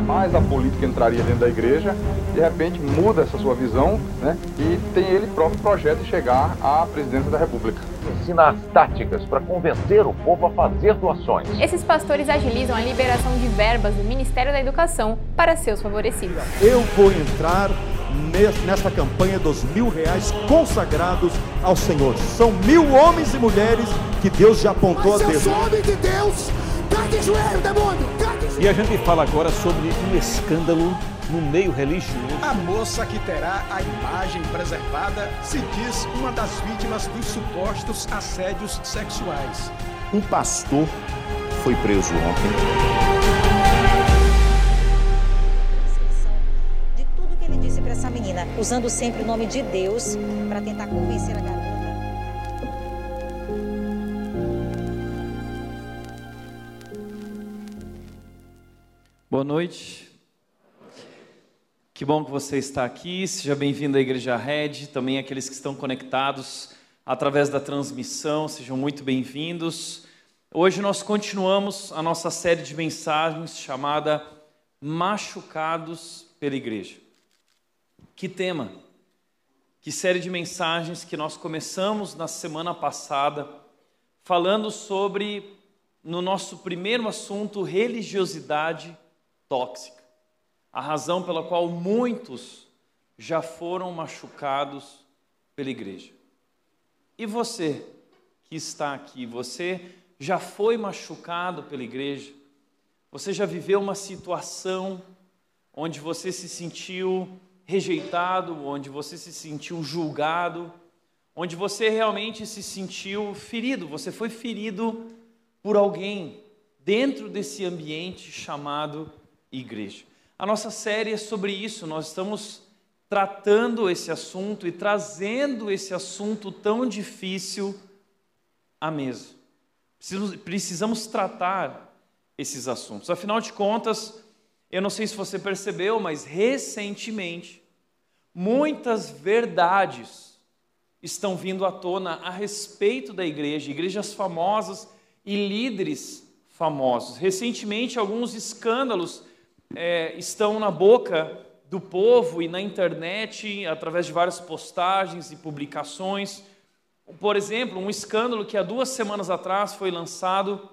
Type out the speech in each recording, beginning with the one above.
jamais a política entraria dentro da igreja, de repente muda essa sua visão, né? E tem ele próprio projeto de chegar à presidência da República. Ensina as táticas para convencer o povo a fazer doações. Esses pastores agilizam a liberação de verbas do Ministério da Educação para seus favorecidos. Eu vou entrar nessa campanha dos R$1.000 consagrados ao Senhor. São 1.000 homens e mulheres que Deus já apontou a Deus. Eu sou homem de Deus, cai de joelho, demônio, cai de joelho. E a gente fala agora sobre um escândalo no meio religioso. A moça que terá a imagem preservada se diz uma das vítimas dos supostos assédios sexuais. Um pastor foi preso ontem. De tudo que ele disse para essa menina, usando sempre o nome de Deus para tentar convencer a garota. Boa noite. Que bom que você está aqui. Seja bem-vindo à Igreja Red. Também aqueles que estão conectados através da transmissão, sejam muito bem-vindos. Hoje nós continuamos a nossa série de mensagens chamada Machucados pela Igreja. Que tema! Que série de mensagens que nós começamos na semana passada, falando sobre, no nosso primeiro assunto, religiosidade tóxica. A razão pela qual muitos já foram machucados pela igreja. E você que está aqui, você já foi machucado pela igreja? Você já viveu uma situação onde você se sentiu rejeitado, onde você se sentiu julgado, onde você realmente se sentiu ferido? Você foi ferido por alguém dentro desse ambiente chamado igreja. A nossa série é sobre isso. Nós estamos tratando esse assunto e trazendo esse assunto tão difícil à mesa. Precisamos tratar esses assuntos. Afinal de contas, eu não sei se você percebeu, mas recentemente, muitas verdades estão vindo à tona a respeito da igreja, igrejas famosas e líderes famosos. Recentemente, alguns escândalos estão na boca do povo e na internet, através de várias postagens e publicações. Por exemplo, um escândalo que há 2 semanas atrás foi lançado,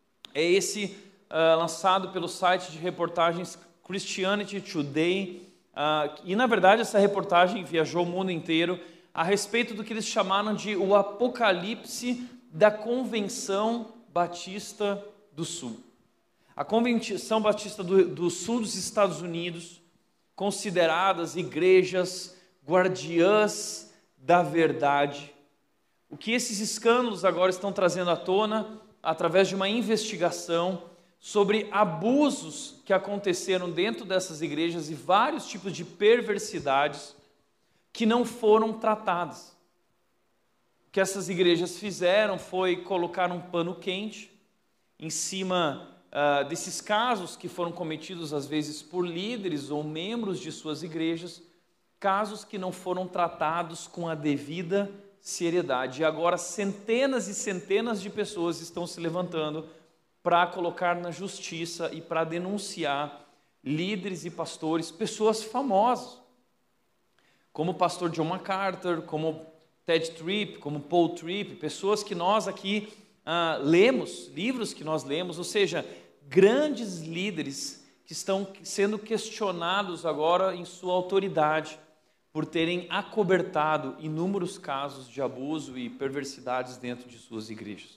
lançado pelo site de reportagens Christianity Today, e na verdade essa reportagem viajou o mundo inteiro, a respeito do que eles chamaram de o apocalipse da Convenção Batista do Sul. A Convenção Batista do Sul dos Estados Unidos, consideradas igrejas guardiãs da verdade. O que esses escândalos agora estão trazendo à tona, através de uma investigação sobre abusos que aconteceram dentro dessas igrejas e vários tipos de perversidades que não foram tratadas. O que essas igrejas fizeram foi colocar um pano quente em cima desses casos que foram cometidos às vezes por líderes ou membros de suas igrejas, casos que não foram tratados com a devida seriedade. E agora centenas e centenas de pessoas estão se levantando para colocar na justiça e para denunciar líderes e pastores, pessoas famosas, como o pastor John MacArthur, como Ted Tripp, como Paul Tripp, pessoas que nós aqui lemos, livros que nós lemos, ou seja, grandes líderes que estão sendo questionados agora em sua autoridade por terem acobertado inúmeros casos de abuso e perversidades dentro de suas igrejas.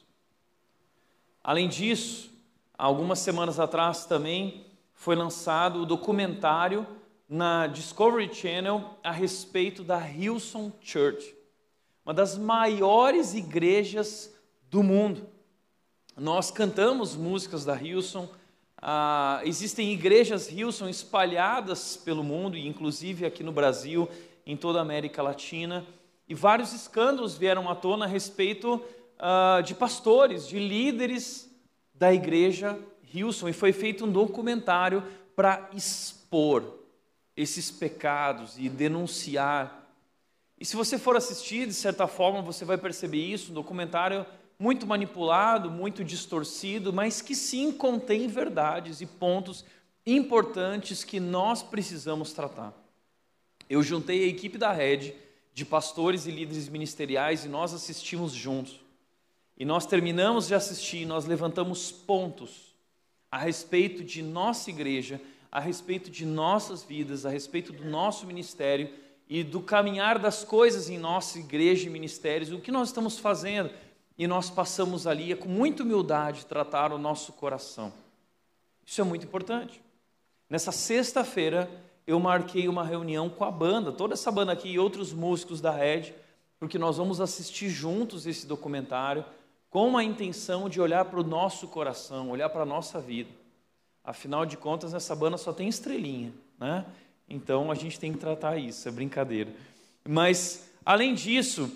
Além disso, algumas semanas atrás também foi lançado o documentário na Discovery Channel a respeito da Hillsong Church, uma das maiores igrejas do mundo. Nós cantamos músicas da Hillsong, existem igrejas Hillsong espalhadas pelo mundo, inclusive aqui no Brasil, em toda a América Latina, e vários escândalos vieram à tona a respeito de pastores, de líderes da igreja Hillsong, e foi feito um documentário para expor esses pecados e denunciar. E se você for assistir, de certa forma, você vai perceber isso, um documentário muito manipulado, muito distorcido, mas que sim contém verdades e pontos importantes que nós precisamos tratar. Eu juntei a equipe da Rede de pastores e líderes ministeriais e nós assistimos juntos. E nós terminamos de assistir e nós levantamos pontos a respeito de nossa igreja, a respeito de nossas vidas, a respeito do nosso ministério e do caminhar das coisas em nossa igreja e ministérios, o que nós estamos fazendo. E nós passamos ali com muita humildade tratar o nosso coração. Isso é muito importante. Nessa sexta-feira eu marquei uma reunião com a banda, toda essa banda aqui e outros músicos da Rede, porque nós vamos assistir juntos esse documentário com a intenção de olhar para o nosso coração, olhar para a nossa vida. Afinal de contas, essa banda só tem estrelinha, né? Então a gente tem que tratar isso, é brincadeira. Mas, além disso,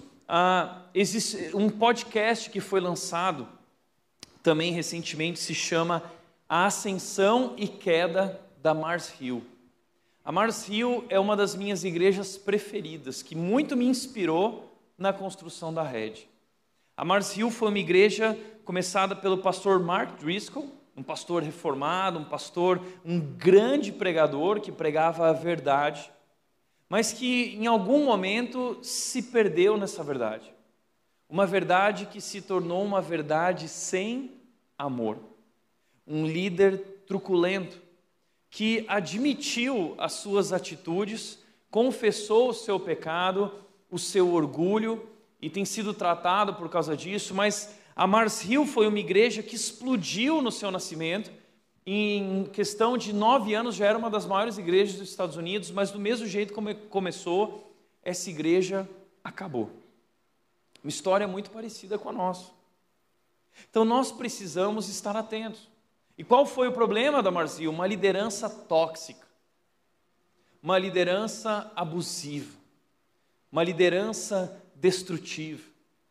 existe um podcast que foi lançado também recentemente, se chama A Ascensão e Queda da Mars Hill. A Mars Hill é uma das minhas igrejas preferidas, que muito me inspirou na construção da Rede. A Mars Hill foi uma igreja começada pelo pastor Mark Driscoll, um pastor reformado, um grande pregador que pregava a verdade, mas que em algum momento se perdeu nessa verdade. Uma verdade que se tornou uma verdade sem amor. Um líder truculento que admitiu as suas atitudes, confessou o seu pecado, o seu orgulho e tem sido tratado por causa disso, mas a Mars Hill foi uma igreja que explodiu no seu nascimento. Em questão de 9 anos já era uma das maiores igrejas dos Estados Unidos, mas do mesmo jeito como começou, essa igreja acabou. Uma história muito parecida com a nossa. Então nós precisamos estar atentos. E qual foi o problema da Mars Hill? Uma liderança tóxica, uma liderança abusiva, uma liderança destrutiva.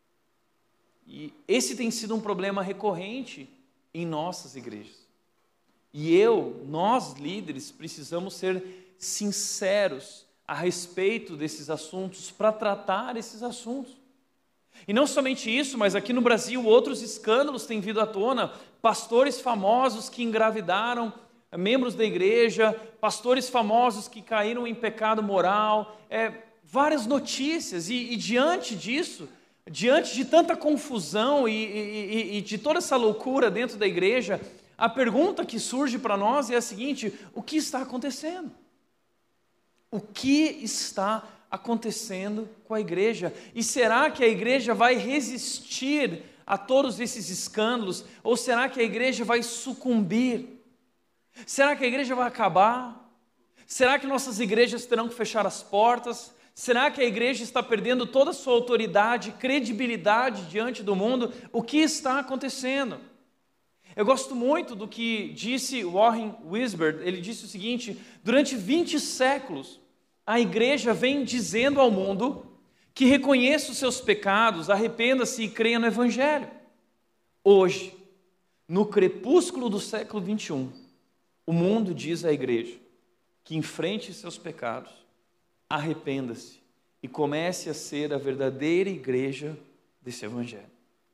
E esse tem sido um problema recorrente em nossas igrejas. E nós líderes, precisamos ser sinceros a respeito desses assuntos, para tratar esses assuntos. E não somente isso, mas aqui no Brasil outros escândalos têm vindo à tona, pastores famosos que engravidaram membros da igreja, pastores famosos que caíram em pecado moral, várias notícias, e diante disso, diante de tanta confusão e de toda essa loucura dentro da igreja, a pergunta que surge para nós é a seguinte: o que está acontecendo? O que está acontecendo com a igreja? E será que a igreja vai resistir a todos esses escândalos? Ou será que a igreja vai sucumbir? Será que a igreja vai acabar? Será que nossas igrejas terão que fechar as portas? Será que a igreja está perdendo toda a sua autoridade, credibilidade diante do mundo? O que está acontecendo? Eu gosto muito do que disse Warren Wiersbe. Ele disse o seguinte: durante 20 séculos, a igreja vem dizendo ao mundo que reconheça os seus pecados, arrependa-se e creia no Evangelho. Hoje, no crepúsculo do século 21, o mundo diz à igreja que enfrente seus pecados, arrependa-se e comece a ser a verdadeira igreja desse Evangelho.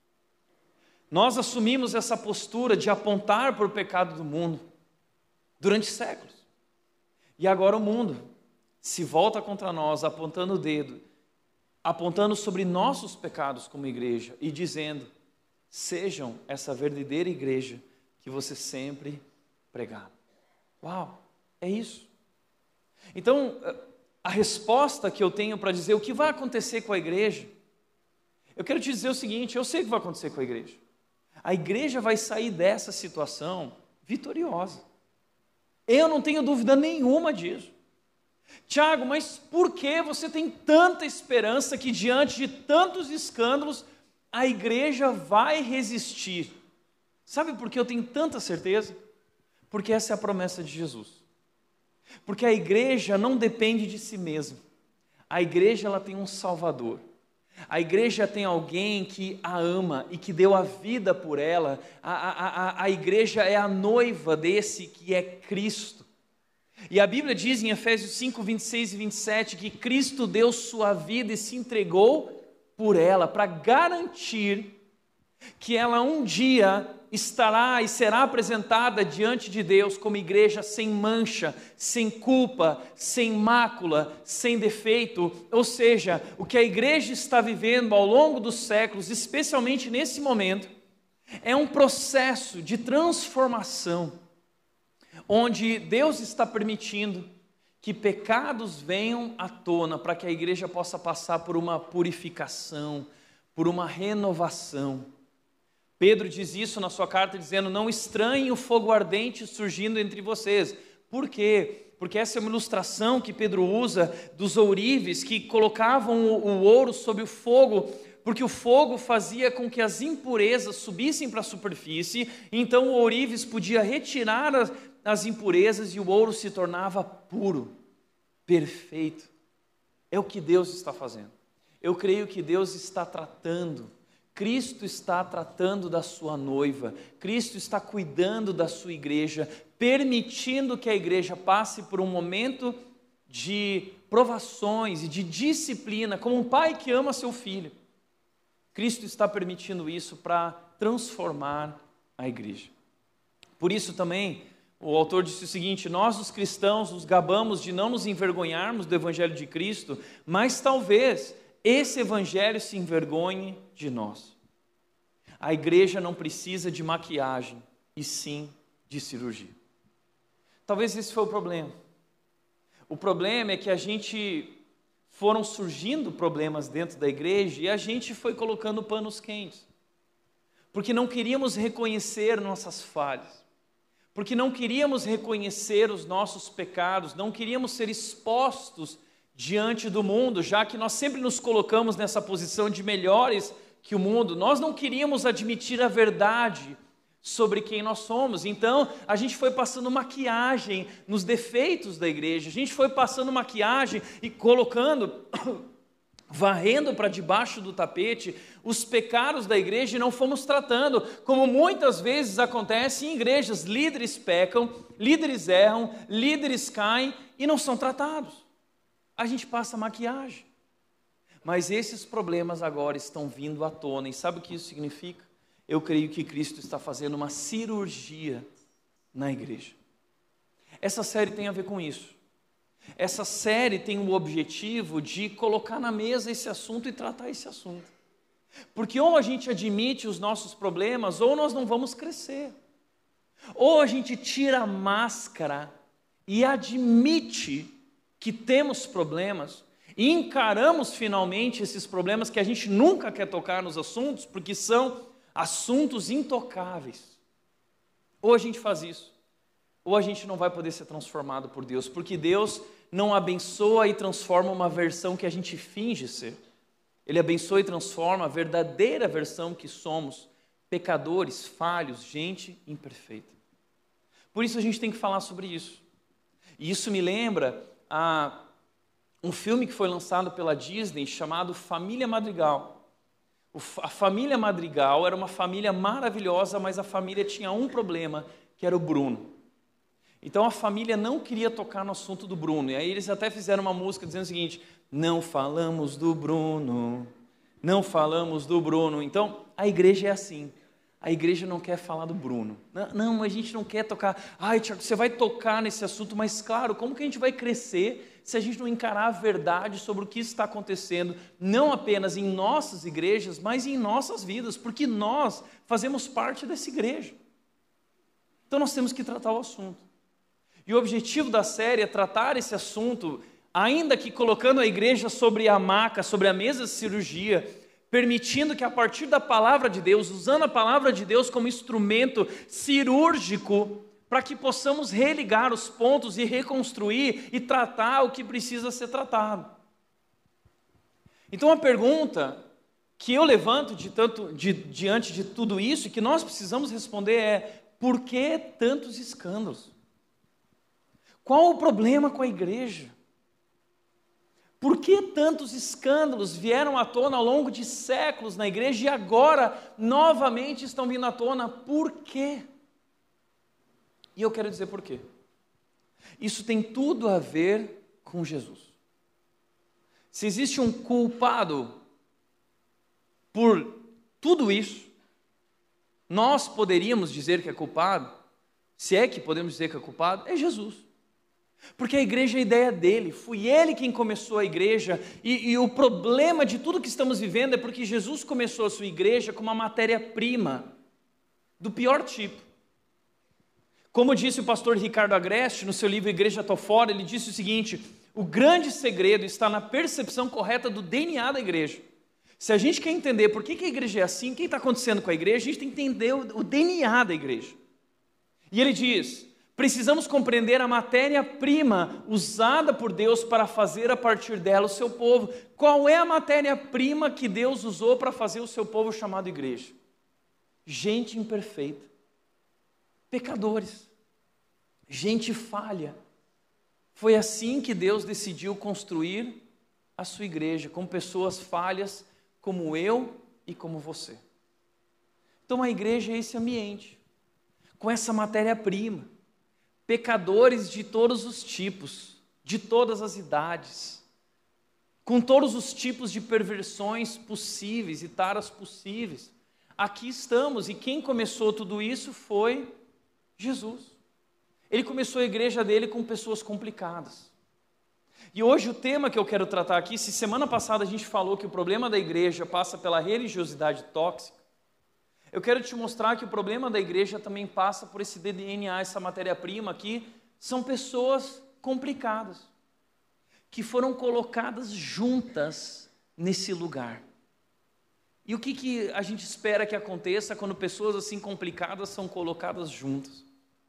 Nós assumimos essa postura de apontar para o pecado do mundo durante séculos. E agora o mundo se volta contra nós, apontando o dedo, apontando sobre nossos pecados como igreja e dizendo: sejam essa verdadeira igreja que você sempre pregaram. Uau, é isso. Então, a resposta que eu tenho para dizer o que vai acontecer com a igreja, eu quero te dizer o seguinte: eu sei o que vai acontecer com a igreja. A igreja vai sair dessa situação vitoriosa. Eu não tenho dúvida nenhuma disso. Tiago, mas por que você tem tanta esperança que diante de tantos escândalos a igreja vai resistir? Sabe por que eu tenho tanta certeza? Porque essa é a promessa de Jesus. Porque a igreja não depende de si mesma. A igreja ela tem um Salvador. A igreja tem alguém que a ama e que deu a vida por ela. A igreja é a noiva desse que é Cristo. E a Bíblia diz em Efésios 5, 26 e 27 que Cristo deu sua vida e se entregou por ela, para garantir que ela um dia estará e será apresentada diante de Deus como igreja sem mancha, sem culpa, sem mácula, sem defeito. Ou seja, o que a igreja está vivendo ao longo dos séculos, especialmente nesse momento, é um processo de transformação, onde Deus está permitindo que pecados venham à tona para que a igreja possa passar por uma purificação, por uma renovação. Pedro diz isso na sua carta dizendo: não estranhem o fogo ardente surgindo entre vocês. Por quê? Porque essa é uma ilustração que Pedro usa dos ourives que colocavam o ouro sobre o fogo, porque o fogo fazia com que as impurezas subissem para a superfície, então o ourives podia retirar as impurezas e o ouro se tornava puro, perfeito. É o que Deus está fazendo. Eu creio que Deus está tratando, Cristo está tratando da sua noiva, Cristo está cuidando da sua igreja, permitindo que a igreja passe por um momento de provações e de disciplina, como um pai que ama seu filho. Cristo está permitindo isso para transformar a igreja. Por isso também, o autor disse o seguinte: nós os cristãos nos gabamos de não nos envergonharmos do evangelho de Cristo, mas talvez esse evangelho se envergonhe de nós. A igreja não precisa de maquiagem, e sim de cirurgia. Talvez esse foi o problema. O problema é que foram surgindo problemas dentro da igreja e a gente foi colocando panos quentes. Porque não queríamos reconhecer nossas falhas. Porque não queríamos reconhecer os nossos pecados, não queríamos ser expostos diante do mundo, já que nós sempre nos colocamos nessa posição de melhores que o mundo. Nós não queríamos admitir a verdade sobre quem nós somos. Então, a gente foi passando maquiagem nos defeitos da igreja, a gente foi passando maquiagem e colocando, varrendo para debaixo do tapete os pecados da igreja e não fomos tratando, como muitas vezes acontece em igrejas. Líderes pecam, líderes erram, líderes caem e não são tratados. A gente passa maquiagem. Mas esses problemas agora estão vindo à tona. E sabe o que isso significa? Eu creio que Cristo está fazendo uma cirurgia na igreja. Essa série tem a ver com isso. Essa série tem o objetivo de colocar na mesa esse assunto e tratar esse assunto. Porque ou a gente admite os nossos problemas, ou nós não vamos crescer. Ou a gente tira a máscara e admite que temos problemas e encaramos finalmente esses problemas que a gente nunca quer tocar nos assuntos, porque são assuntos intocáveis. Ou a gente faz isso, ou a gente não vai poder ser transformado por Deus, porque Deus não abençoa e transforma uma versão que a gente finge ser. Ele abençoa e transforma a verdadeira versão que somos, pecadores, falhos, gente imperfeita. Por isso a gente tem que falar sobre isso. E isso me lembra um filme que foi lançado pela Disney chamado Família Madrigal. A família Madrigal era uma família maravilhosa, mas a família tinha um problema, que era o Bruno. Então a família não queria tocar no assunto do Bruno. E aí eles até fizeram uma música dizendo o seguinte: não falamos do Bruno, não falamos do Bruno. Então a igreja é assim. A igreja não quer falar do Bruno. Não, a gente não quer tocar. Ai, Tiago, você vai tocar nesse assunto, mas claro, como que a gente vai crescer se a gente não encarar a verdade sobre o que está acontecendo, não apenas em nossas igrejas, mas em nossas vidas, porque nós fazemos parte dessa igreja. Então nós temos que tratar o assunto. E o objetivo da série é tratar esse assunto, ainda que colocando a igreja sobre a maca, sobre a mesa de cirurgia, permitindo que a partir da palavra de Deus, usando a palavra de Deus como instrumento cirúrgico, para que possamos religar os pontos e reconstruir e tratar o que precisa ser tratado. Então a pergunta que eu levanto diante de tudo isso, e que nós precisamos responder é: por que tantos escândalos? Qual o problema com a igreja? Por que tantos escândalos vieram à tona ao longo de séculos na igreja e agora novamente estão vindo à tona? Por quê? E eu quero dizer por quê. Isso tem tudo a ver com Jesus. Se existe um culpado por tudo isso, nós poderíamos dizer que é culpado, se é que podemos dizer que é culpado, é Jesus. Porque a igreja é a ideia dele, foi ele quem começou a igreja, e o problema de tudo que estamos vivendo é porque Jesus começou a sua igreja com uma matéria-prima do pior tipo. Como disse o pastor Ricardo Agreste no seu livro Igreja Tô Fora, ele disse o seguinte: o grande segredo está na percepção correta do DNA da igreja. Se a gente quer entender por que a igreja é assim, o que está acontecendo com a igreja, a gente tem que entender o DNA da igreja. E ele diz: precisamos compreender a matéria-prima usada por Deus para fazer a partir dela o seu povo. Qual é a matéria-prima que Deus usou para fazer o seu povo chamado igreja? Gente imperfeita, pecadores, gente falha. Foi assim que Deus decidiu construir a sua igreja, com pessoas falhas como eu e como você. Então a igreja é esse ambiente, com essa matéria-prima, pecadores de todos os tipos, de todas as idades, com todos os tipos de perversões possíveis e taras possíveis. Aqui estamos, e quem começou tudo isso foi Jesus. Ele começou a igreja dele com pessoas complicadas. E hoje o tema que eu quero tratar aqui, se semana passada a gente falou que o problema da igreja passa pela religiosidade tóxica, eu quero te mostrar que o problema da igreja também passa por esse DNA, essa matéria-prima aqui, são pessoas complicadas, que foram colocadas juntas nesse lugar. E o que a gente espera que aconteça quando pessoas assim complicadas são colocadas juntas?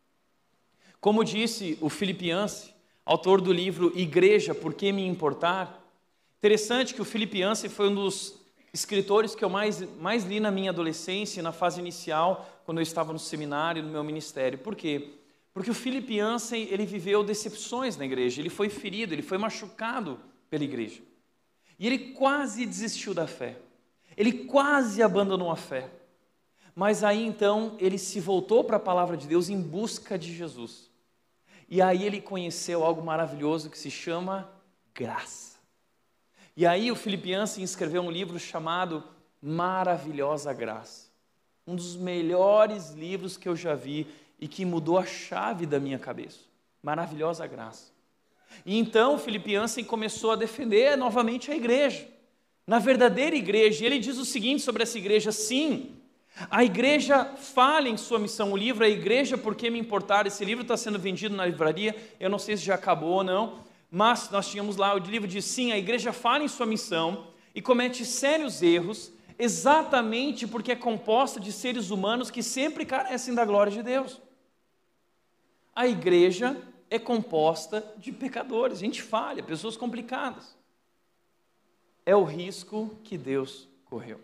Como disse o Philip Yancey, autor do livro Igreja, Por que Me Importar? Interessante que o Philip Yancey foi um dos escritores que eu mais li na minha adolescência, na fase inicial, quando eu estava no seminário, no meu ministério. Por quê? Porque o Philip Yancey, ele viveu decepções na igreja, ele foi ferido, ele foi machucado pela igreja. E ele quase desistiu da fé. Ele quase abandonou a fé, mas aí então ele se voltou para a palavra de Deus em busca de Jesus. E aí ele conheceu algo maravilhoso que se chama graça. E aí o Philip Yancey escreveu um livro chamado Maravilhosa Graça. Um dos melhores livros que eu já vi e que mudou a chave da minha cabeça. Maravilhosa Graça. E então o Philip Yancey começou a defender novamente a igreja. Na verdadeira igreja, ele diz o seguinte sobre essa igreja: sim, a igreja falha em sua missão. O livro A Igreja, Por que Me Importar? Esse livro está sendo vendido na livraria, eu não sei se já acabou ou não, mas nós tínhamos lá, o livro diz: sim, a igreja falha em sua missão e comete sérios erros, exatamente porque é composta de seres humanos que sempre carecem da glória de Deus. A igreja é composta de pecadores, gente falha, pessoas complicadas. É o risco que Deus correu.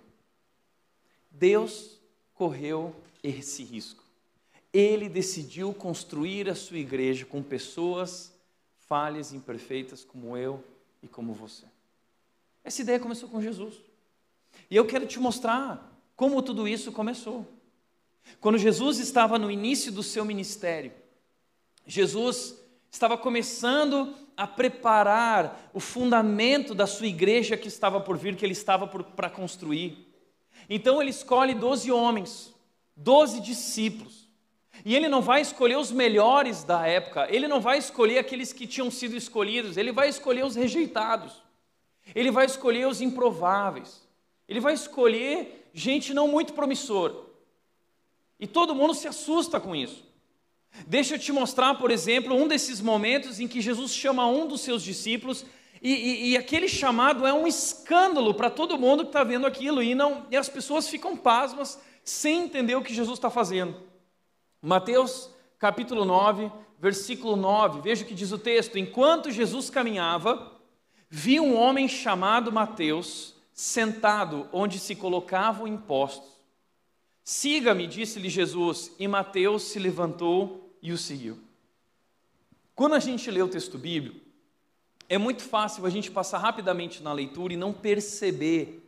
Deus correu esse risco. Ele decidiu construir a sua igreja com pessoas falhas e imperfeitas como eu e como você. Essa ideia começou com Jesus. E eu quero te mostrar como tudo isso começou. Quando Jesus estava no início do seu ministério, Jesus estava começando a preparar o fundamento da sua igreja que estava por vir, que ele estava para construir. Então ele escolhe 12 homens, 12 discípulos. E ele não vai escolher os melhores da época, ele não vai escolher aqueles que tinham sido escolhidos, ele vai escolher os rejeitados, ele vai escolher os improváveis, ele vai escolher gente não muito promissora. E todo mundo se assusta com isso. Deixa eu te mostrar, por exemplo, um desses momentos em que Jesus chama um dos seus discípulos e aquele chamado é um escândalo para todo mundo que está vendo aquilo e as pessoas ficam pasmas sem entender o que Jesus está fazendo. Mateus capítulo 9, versículo 9, veja o que diz o texto: enquanto Jesus caminhava, viu um homem chamado Mateus sentado onde se colocavam impostos. Siga-me, disse-lhe Jesus, e Mateus se levantou e o seguiu. Quando a gente lê o texto bíblico, é muito fácil a gente passar rapidamente na leitura e não perceber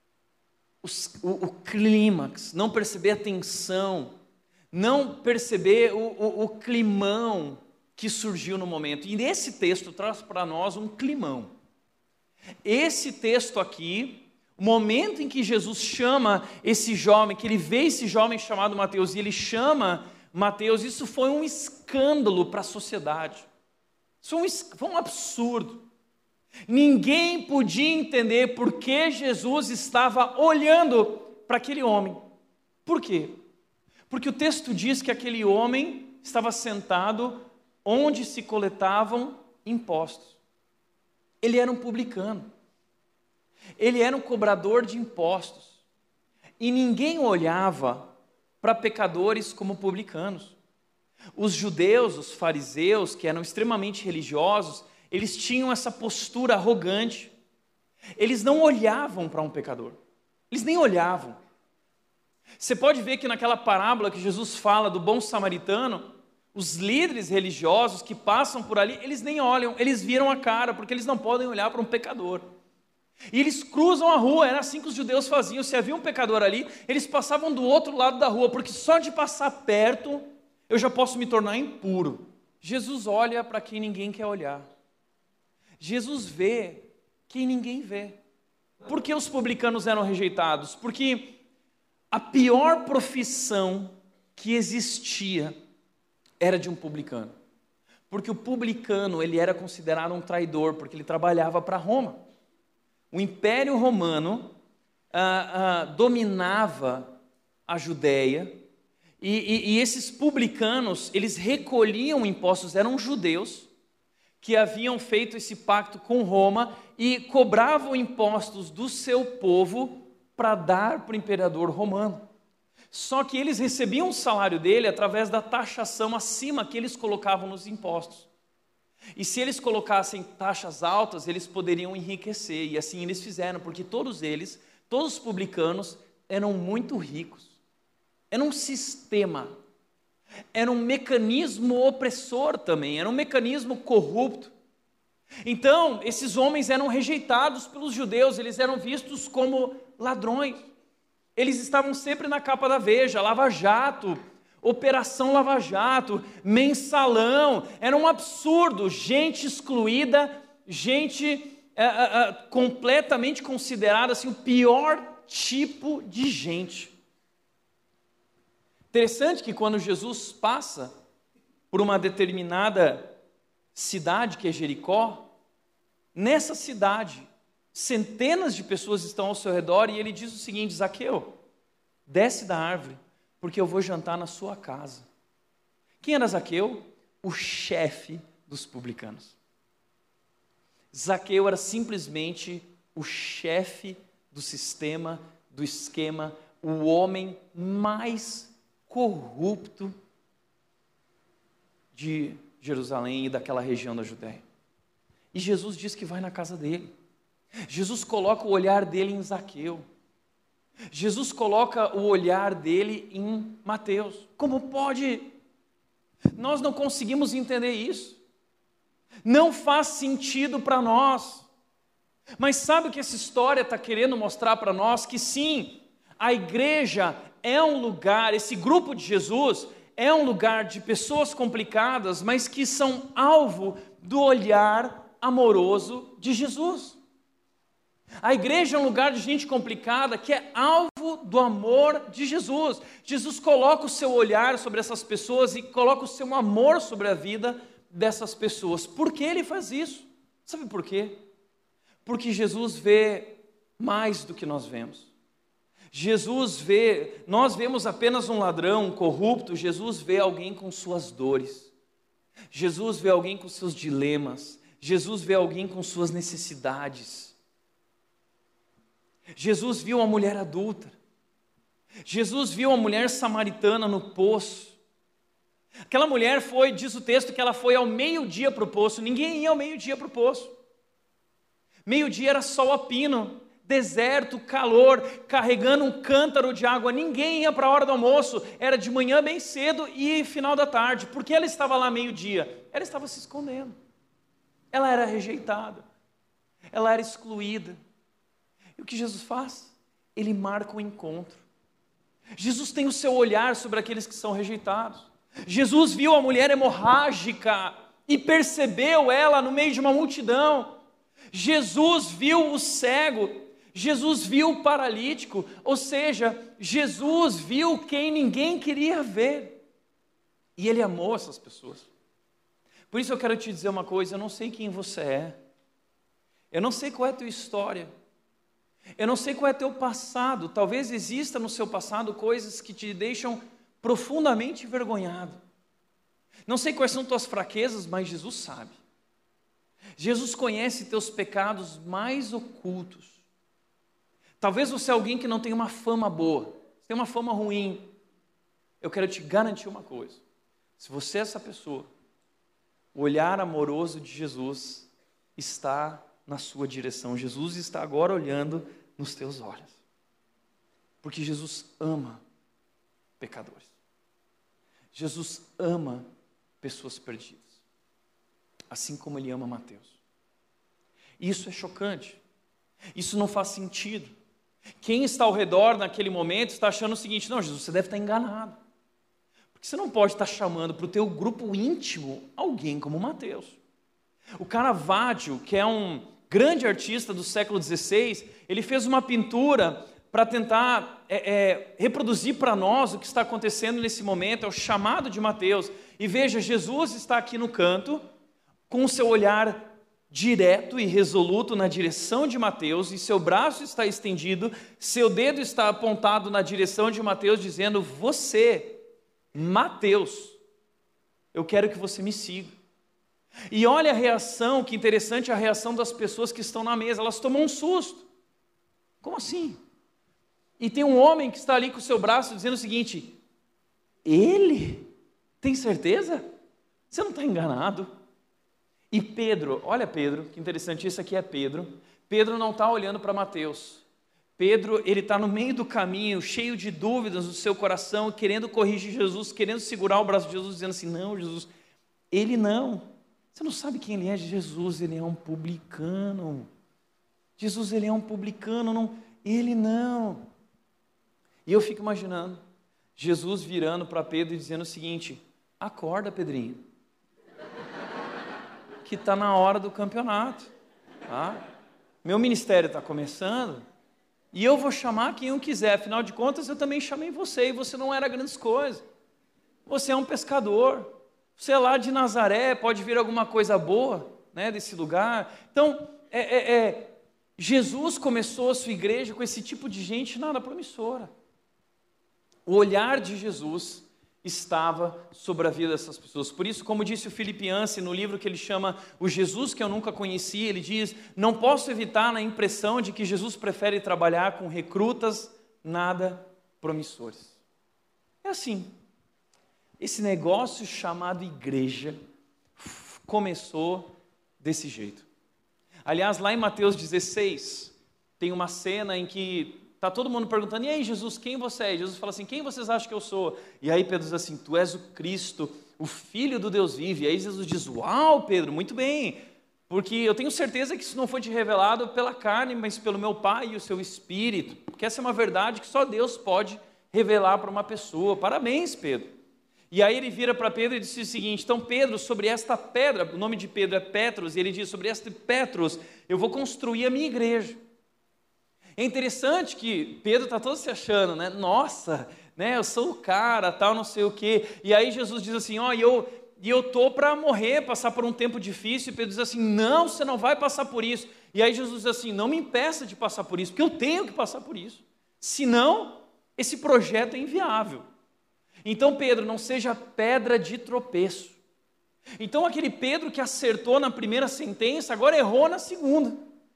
o clímax, não perceber a tensão, não perceber o climão que surgiu no momento. E esse texto traz para nós um climão. Esse texto aqui, O momento em que Jesus chama esse jovem, que ele vê esse jovem chamado Mateus, e ele chama Mateus, isso foi um escândalo para a sociedade. Isso foi um absurdo. Ninguém podia entender por que Jesus estava olhando para aquele homem. Por quê? Porque o texto diz que aquele homem estava sentado onde se coletavam impostos. Ele era um publicano. Ele era um cobrador de impostos. E ninguém olhava para pecadores como publicanos. Os judeus, os fariseus, que eram extremamente religiosos, eles tinham essa postura arrogante. Eles não olhavam para um pecador. Eles nem olhavam. Você pode ver que naquela parábola que Jesus fala do bom samaritano, os líderes religiosos que passam por ali, eles nem olham, eles viram a cara, porque eles não podem olhar para um pecador. E eles cruzam a rua, era assim que os judeus faziam. Se havia um pecador ali, eles passavam do outro lado da rua, porque só de passar perto, eu já posso me tornar impuro. Jesus olha para quem ninguém quer olhar. Jesus vê quem ninguém vê. Por que os publicanos eram rejeitados? Porque a pior profissão que existia era de um publicano. Porque o publicano, ele era considerado um traidor, porque ele trabalhava para Roma. O Império Romano dominava a Judéia, e esses publicanos, eles recolhiam impostos, eram judeus, que haviam feito esse pacto com Roma, e cobravam impostos do seu povo para dar para o imperador romano. Só que eles recebiam o salário dele através da taxação acima que eles colocavam nos impostos. E se eles colocassem taxas altas, eles poderiam enriquecer. E assim eles fizeram, porque todos os publicanos, eram muito ricos. Era um sistema, era um mecanismo opressor também, era um mecanismo corrupto. Então, esses homens eram rejeitados pelos judeus, eles eram vistos como ladrões. Eles estavam sempre na capa da Veja, Lava Jato, Operação Lava Jato, Mensalão, era um absurdo, gente excluída, gente completamente considerada assim, o pior tipo de gente. Interessante que quando Jesus passa por uma determinada cidade, que é Jericó, nessa cidade, centenas de pessoas estão ao seu redor e ele diz o seguinte: Zaqueu, desce da árvore, porque eu vou jantar na sua casa. Quem era Zaqueu? O chefe dos publicanos. Zaqueu era simplesmente o chefe do sistema, do esquema, o homem mais corrupto de Jerusalém e daquela região da Judéia. E Jesus diz que vai na casa dele. Jesus coloca o olhar dele em Zaqueu. Jesus coloca o olhar dele em Mateus. Como pode? Nós não conseguimos entender isso. Não faz sentido para nós. Mas sabe o que essa história está querendo mostrar para nós? Que sim, a igreja é um lugar, esse grupo de Jesus é um lugar de pessoas complicadas, mas que são alvo do olhar amoroso de Jesus. A igreja é um lugar de gente complicada que é alvo do amor de Jesus. Jesus coloca o seu olhar sobre essas pessoas e coloca o seu amor sobre a vida dessas pessoas. Por que ele faz isso? Sabe por quê? Porque Jesus vê mais do que nós vemos. Nós vemos apenas um ladrão, um corrupto. Jesus vê alguém com suas dores. Jesus vê alguém com seus dilemas. Jesus vê alguém com suas necessidades. Jesus viu uma mulher adúltera. Jesus viu uma mulher samaritana no poço. Aquela mulher diz o texto, que ela foi ao meio-dia para o poço. Ninguém ia ao meio-dia para o poço. Meio-dia era sol a pino, deserto, calor, carregando um cântaro de água. Ninguém ia para a hora do almoço. Era de manhã bem cedo e final da tarde. Por que ela estava lá meio-dia? Ela estava se escondendo. Ela era rejeitada. Ela era excluída. E o que Jesus faz? Ele marca o encontro. Jesus tem o seu olhar sobre aqueles que são rejeitados. Jesus viu a mulher hemorrágica e percebeu ela no meio de uma multidão. Jesus viu o cego. Jesus viu o paralítico, ou seja, Jesus viu quem ninguém queria ver. E Ele amou essas pessoas. Por isso eu quero te dizer uma coisa, eu não sei quem você é. Eu não sei qual é a tua história. Eu não sei qual é o teu passado. Talvez exista no seu passado coisas que te deixam profundamente envergonhado. Não sei quais são tuas fraquezas, mas Jesus sabe. Jesus conhece teus pecados mais ocultos. Talvez você é alguém que não tem uma fama boa, você tem uma fama ruim. Eu quero te garantir uma coisa. Se você é essa pessoa, o olhar amoroso de Jesus está na sua direção. Jesus está agora olhando nos teus olhos. Porque Jesus ama pecadores. Jesus ama pessoas perdidas. Assim como Ele ama Mateus. Isso é chocante. Isso não faz sentido. Quem está ao redor naquele momento está achando o seguinte: não, Jesus, você deve estar enganado. Porque você não pode estar chamando para o teu grupo íntimo alguém como Mateus. O Caravaggio, que é um grande artista do século XVI, ele fez uma pintura para tentar reproduzir para nós o que está acontecendo nesse momento, é o chamado de Mateus. E veja, Jesus está aqui no canto, com o seu olhar direto e resoluto na direção de Mateus, e seu braço está estendido, seu dedo está apontado na direção de Mateus, dizendo: você, Mateus, eu quero que você me siga. E olha a reação, que interessante a reação das pessoas que estão na mesa, elas tomam um susto. Como assim? E tem um homem que está ali com o seu braço dizendo o seguinte: ele? Tem certeza? Você não está enganado? E Pedro, olha Pedro, que interessante, isso aqui é Pedro. Pedro não está olhando para Mateus. Pedro, ele está no meio do caminho, cheio de dúvidas no seu coração, querendo corrigir Jesus, querendo segurar o braço de Jesus, dizendo assim: não, Jesus, ele não. Você não sabe quem ele é? Jesus, ele é um publicano. Jesus, ele é um publicano, não, ele não. E eu fico imaginando Jesus virando para Pedro e dizendo o seguinte: acorda, Pedrinho, que está na hora do campeonato. Tá? Meu ministério está começando e eu vou chamar quem eu quiser. Afinal de contas, eu também chamei você e você não era grandes coisas. Você é um pescador. Você é lá de Nazaré, pode vir alguma coisa boa, né, desse lugar. Então, Jesus começou a sua igreja com esse tipo de gente nada promissora. O olhar de Jesus estava sobre a vida dessas pessoas. Por isso, como disse o Philip Yancey no livro que ele chama O Jesus que eu nunca conheci, ele diz: não posso evitar a impressão de que Jesus prefere trabalhar com recrutas nada promissores. É assim. Esse negócio chamado igreja começou desse jeito. Aliás, lá em Mateus 16, tem uma cena em que está todo mundo perguntando: e aí, Jesus, quem você é? E Jesus fala assim: quem vocês acham que eu sou? E aí Pedro diz assim: tu és o Cristo, o Filho do Deus vivo. E aí Jesus diz: uau, Pedro, muito bem, porque eu tenho certeza que isso não foi te revelado pela carne, mas pelo meu Pai e o seu Espírito. Porque essa é uma verdade que só Deus pode revelar para uma pessoa. Parabéns, Pedro. E aí ele vira para Pedro e diz o seguinte: então Pedro, sobre esta pedra, o nome de Pedro é Petros, e ele diz: sobre este Petros eu vou construir a minha igreja. É interessante que Pedro está todo se achando, né? Nossa, né? Eu sou o cara, tal, não sei o quê. E aí Jesus diz assim: ó, e eu tô para morrer, passar por um tempo difícil. E Pedro diz assim: não, você não vai passar por isso. E aí Jesus diz assim: não me impeça de passar por isso, porque eu tenho que passar por isso. Senão, esse projeto é inviável. Então Pedro, não seja pedra de tropeço. Então aquele Pedro que acertou na primeira sentença, agora errou na segunda.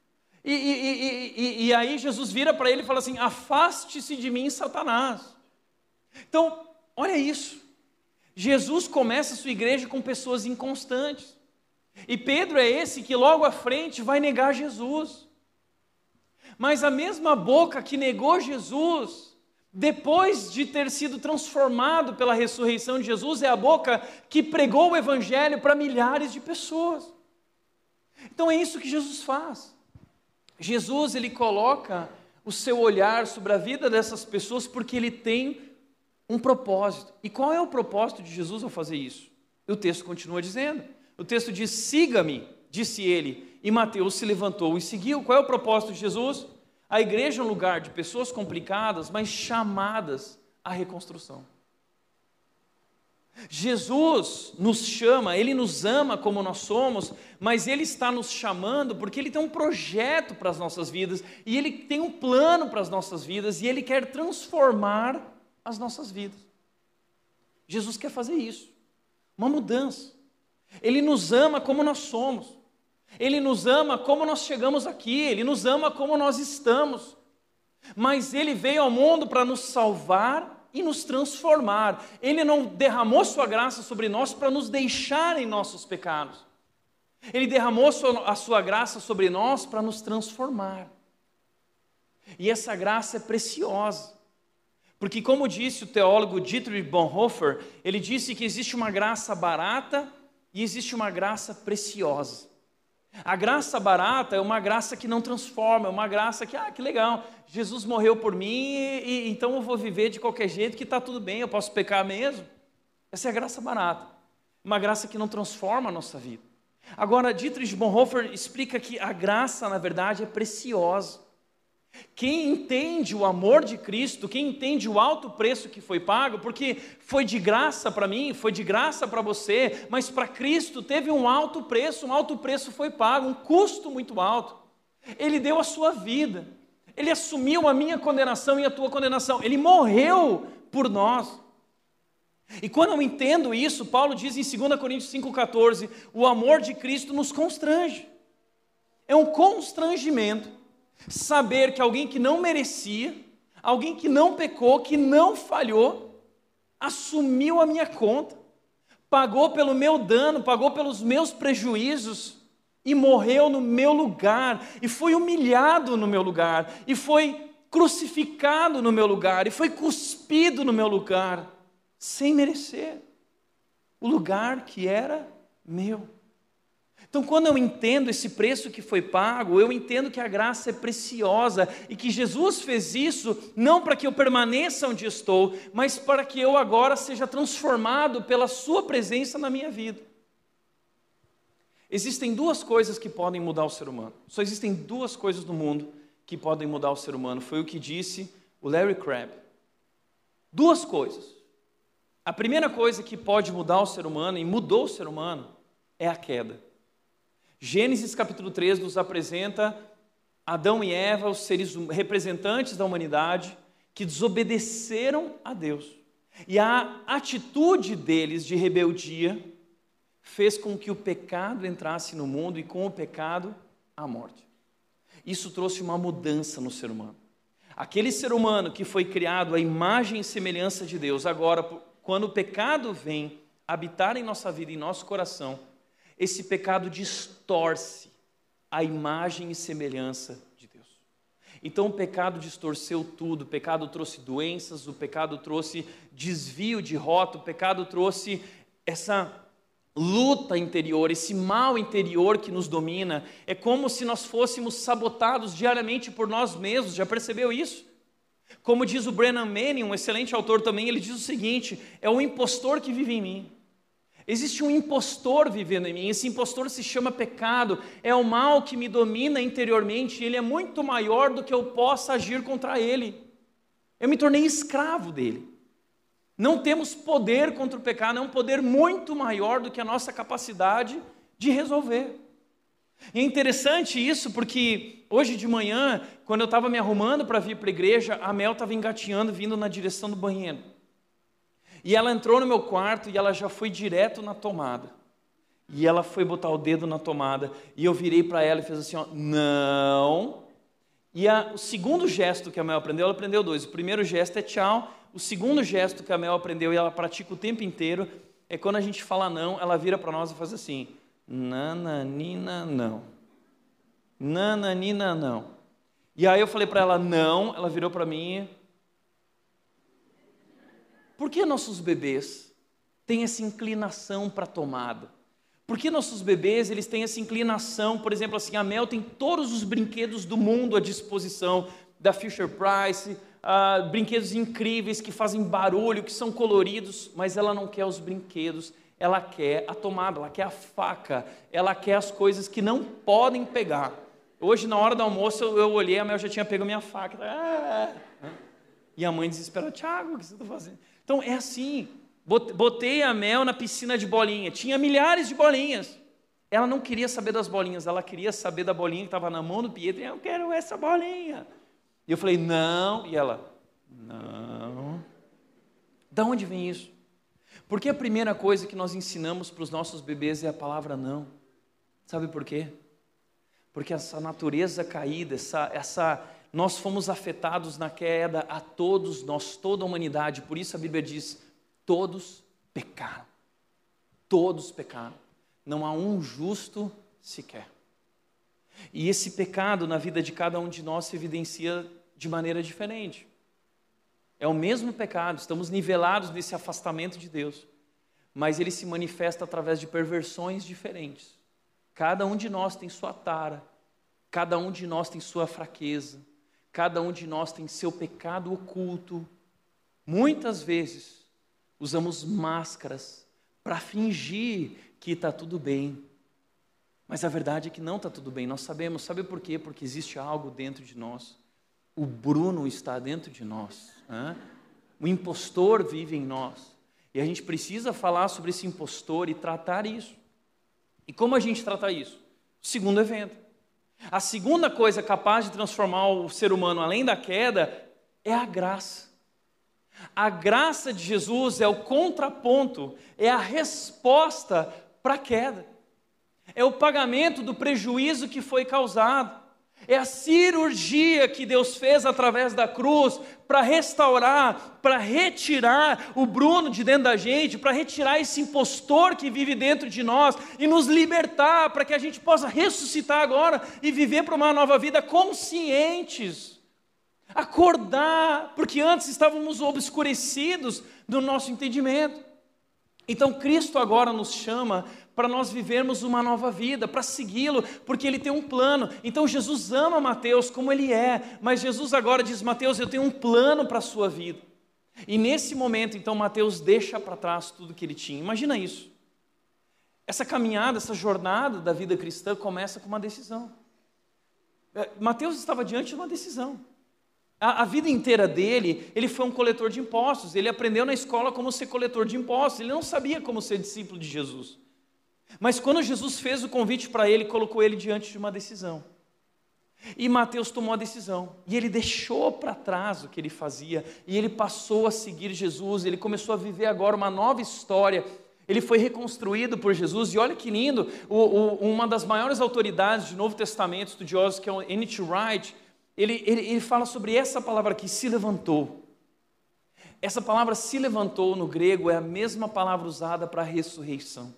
E aí Jesus vira para ele e fala assim: afaste-se de mim, Satanás. Então, olha isso. Jesus começa a sua igreja com pessoas inconstantes. E Pedro é esse que logo à frente vai negar Jesus. Mas a mesma boca que negou Jesus, depois de ter sido transformado pela ressurreição de Jesus, é a boca que pregou o evangelho para milhares de pessoas. Então é isso que Jesus faz. Jesus, ele coloca o seu olhar sobre a vida dessas pessoas porque ele tem um propósito. E qual é o propósito de Jesus ao fazer isso? O texto continua dizendo. O texto diz: siga-me, disse ele. E Mateus se levantou e seguiu. Qual é o propósito de Jesus? A igreja é um lugar de pessoas complicadas, mas chamadas à reconstrução. Jesus nos chama, Ele nos ama como nós somos, mas Ele está nos chamando porque Ele tem um projeto para as nossas vidas, e Ele tem um plano para as nossas vidas, e Ele quer transformar as nossas vidas. Jesus quer fazer isso, uma mudança. Ele nos ama como nós somos, Ele nos ama como nós chegamos aqui, Ele nos ama como nós estamos, mas Ele veio ao mundo para nos salvar e nos transformar. Ele não derramou sua graça sobre nós para nos deixar em nossos pecados. Ele derramou a sua graça sobre nós para nos transformar. E essa graça é preciosa. Porque, como disse o teólogo Dietrich Bonhoeffer, ele disse que existe uma graça barata e existe uma graça preciosa. A graça barata é uma graça que não transforma, é uma graça que legal, Jesus morreu por mim e então eu vou viver de qualquer jeito que está tudo bem, eu posso pecar mesmo. Essa é a graça barata, uma graça que não transforma a nossa vida. Agora, Dietrich Bonhoeffer explica que a graça, na verdade, é preciosa. Quem entende o amor de Cristo, quem entende o alto preço que foi pago, porque foi de graça para mim, foi de graça para você, mas para Cristo teve um alto preço foi pago, um custo muito alto. Ele deu a sua vida, Ele assumiu a minha condenação e a tua condenação, Ele morreu por nós. E quando eu entendo isso, Paulo diz em 2 Coríntios 5,14, o amor de Cristo nos constrange. É um constrangimento saber que alguém que não merecia, alguém que não pecou, que não falhou, assumiu a minha conta, pagou pelo meu dano, pagou pelos meus prejuízos e morreu no meu lugar, e foi humilhado no meu lugar, e foi crucificado no meu lugar, e foi cuspido no meu lugar, sem merecer, o lugar que era meu. Então, quando eu entendo esse preço que foi pago, eu entendo que a graça é preciosa e que Jesus fez isso não para que eu permaneça onde estou, mas para que eu agora seja transformado pela sua presença na minha vida. Existem duas coisas que podem mudar o ser humano. Só existem duas coisas no mundo que podem mudar o ser humano. Foi o que disse o Larry Crabb. Duas coisas. A primeira coisa que pode mudar o ser humano, e mudou o ser humano, é a queda. Gênesis capítulo 3 nos apresenta Adão e Eva, os seres representantes da humanidade, que desobedeceram a Deus. E a atitude deles de rebeldia fez com que o pecado entrasse no mundo e com o pecado, a morte. Isso trouxe uma mudança no ser humano. Aquele ser humano que foi criado à imagem e semelhança de Deus, agora, quando o pecado vem habitar em nossa vida, em nosso coração, esse pecado distorce a imagem e semelhança de Deus. Então o pecado distorceu tudo, o pecado trouxe doenças, o pecado trouxe desvio de rota, o pecado trouxe essa luta interior, esse mal interior que nos domina. É como se nós fôssemos sabotados diariamente por nós mesmos, já percebeu isso? Como diz o Brennan Manning, um excelente autor também, ele diz o seguinte, é o impostor que vive em mim. Existe um impostor vivendo em mim, esse impostor se chama pecado, é o mal que me domina interiormente, e ele é muito maior do que eu possa agir contra ele. Eu me tornei escravo dele. Não temos poder contra o pecado, é um poder muito maior do que a nossa capacidade de resolver. E é interessante isso porque hoje de manhã, quando eu estava me arrumando para vir para a igreja, a Mel estava engatinhando, vindo na direção do banheiro. E ela entrou no meu quarto e ela já foi direto na tomada. E ela foi botar o dedo na tomada. E eu virei para ela e fiz assim, ó, não. E o segundo gesto que a Mel aprendeu, ela aprendeu dois. O primeiro gesto é tchau. O segundo gesto que a Mel aprendeu e ela pratica o tempo inteiro é quando a gente fala não, ela vira para nós e faz assim, nananina não. Nananina não. E aí eu falei para ela não, ela virou para mim. Por que nossos bebês têm essa inclinação para a tomada? Por que nossos bebês eles têm essa inclinação, por exemplo, assim, a Mel tem todos os brinquedos do mundo à disposição, da Fisher-Price, brinquedos incríveis que fazem barulho, que são coloridos, mas ela não quer os brinquedos, ela quer a tomada, ela quer a faca, ela quer as coisas que não podem pegar. Hoje, na hora do almoço, eu olhei, a Mel já tinha pego a minha faca. E a mãe desesperada, Tiago, o que você está fazendo? Então, é assim, botei a Mel na piscina de bolinha, tinha milhares de bolinhas. Ela não queria saber das bolinhas, ela queria saber da bolinha que estava na mão do Pietro, eu quero essa bolinha. E eu falei, não, e ela, não. Da onde vem isso? Porque a primeira coisa que nós ensinamos para os nossos bebês é a palavra não. Sabe por quê? Porque essa natureza caída, nós fomos afetados na queda a todos nós, toda a humanidade. Por isso a Bíblia diz, todos pecaram. Todos pecaram. Não há um justo sequer. E esse pecado na vida de cada um de nós se evidencia de maneira diferente. É o mesmo pecado, estamos nivelados nesse afastamento de Deus, mas ele se manifesta através de perversões diferentes. Cada um de nós tem sua tara, cada um de nós tem sua fraqueza, cada um de nós tem seu pecado oculto. Muitas vezes usamos máscaras para fingir que está tudo bem, mas a verdade é que não está tudo bem, nós sabemos. Sabe por quê? Porque existe algo dentro de nós. O Bruno está dentro de nós, né? O impostor vive em nós, e a gente precisa falar sobre esse impostor e tratar isso. E como a gente trata isso? O segundo evento. A segunda coisa capaz de transformar o ser humano além da queda é a graça. A graça de Jesus é o contraponto, é a resposta para a queda. É o pagamento do prejuízo que foi causado. É a cirurgia que Deus fez através da cruz para restaurar, para retirar o Bruno de dentro da gente, para retirar esse impostor que vive dentro de nós e nos libertar, para que a gente possa ressuscitar agora e viver para uma nova vida conscientes. Acordar, porque antes estávamos obscurecidos do nosso entendimento. Então Cristo agora nos chama para nós vivermos uma nova vida, para segui-lo, porque Ele tem um plano. Então Jesus ama Mateus como ele é, mas Jesus agora diz, Mateus, eu tenho um plano para a sua vida. E nesse momento, então, Mateus deixa para trás tudo que ele tinha. Imagina isso. Essa caminhada, essa jornada da vida cristã começa com uma decisão. Mateus estava diante de uma decisão. A vida inteira dele, ele foi um coletor de impostos, ele aprendeu na escola como ser coletor de impostos, ele não sabia como ser discípulo de Jesus. Mas quando Jesus fez o convite para ele, colocou ele diante de uma decisão. E Mateus tomou a decisão, e ele deixou para trás o que ele fazia, e ele passou a seguir Jesus, ele começou a viver agora uma nova história, ele foi reconstruído por Jesus, e olha que lindo, uma das maiores autoridades do Novo Testamento, estudiosos, que é o N.T. Wright, ele fala sobre essa palavra aqui, se levantou. Essa palavra se levantou no grego é a mesma palavra usada para ressurreição.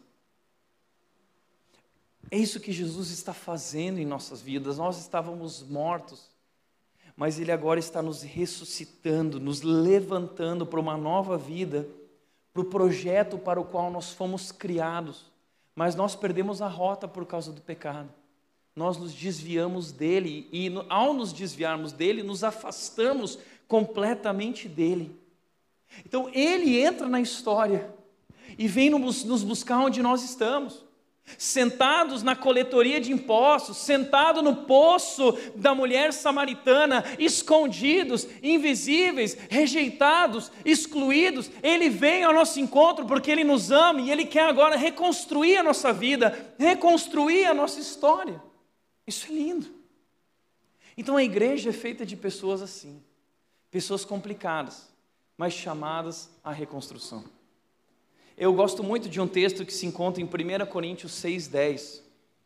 É isso que Jesus está fazendo em nossas vidas. Nós estávamos mortos, mas Ele agora está nos ressuscitando, nos levantando para uma nova vida, para o projeto para o qual nós fomos criados. Mas nós perdemos a rota por causa do pecado. Nós nos desviamos dele e ao nos desviarmos dele, nos afastamos completamente dele. Então ele entra na história e vem nos buscar onde nós estamos. Sentados na coletoria de impostos, sentado no poço da mulher samaritana, escondidos, invisíveis, rejeitados, excluídos, Ele vem ao nosso encontro porque Ele nos ama e Ele quer agora reconstruir a nossa vida, reconstruir a nossa história. Isso é lindo. Então a igreja é feita de pessoas assim, pessoas complicadas, mas chamadas à reconstrução. Eu gosto muito de um texto que se encontra em 1 Coríntios 6,10,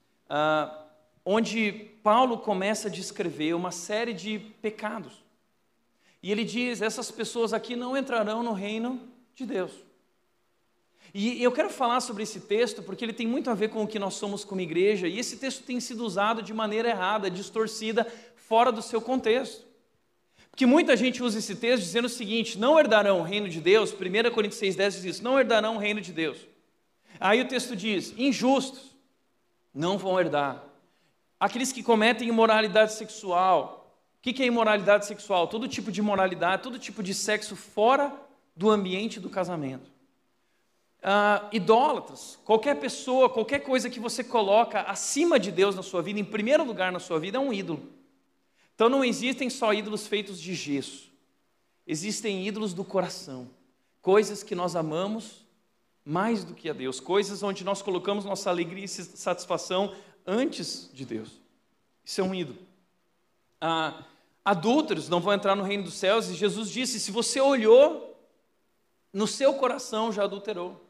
onde Paulo começa a descrever uma série de pecados. E ele diz, essas pessoas aqui não entrarão no reino de Deus. E eu quero falar sobre esse texto porque ele tem muito a ver com o que nós somos como igreja, e esse texto tem sido usado de maneira errada, distorcida, fora do seu contexto. Porque muita gente usa esse texto dizendo o seguinte, não herdarão o reino de Deus, 1 Coríntios 6,10 diz isso, não herdarão o reino de Deus. Aí o texto diz, injustos não vão herdar. Aqueles que cometem imoralidade sexual. O que é imoralidade sexual? Todo tipo de imoralidade, todo tipo de sexo fora do ambiente do casamento. idólatras. Qualquer pessoa, qualquer coisa que você coloca acima de Deus na sua vida, em primeiro lugar na sua vida, é um ídolo. Então não existem só ídolos feitos de gesso. Existem ídolos do coração. Coisas que nós amamos mais do que a Deus. Coisas onde nós colocamos nossa alegria e satisfação antes de Deus. Isso é um ídolo. Adúlteros não vão entrar no reino dos céus, e Jesus disse, se você olhou, no seu coração já adulterou.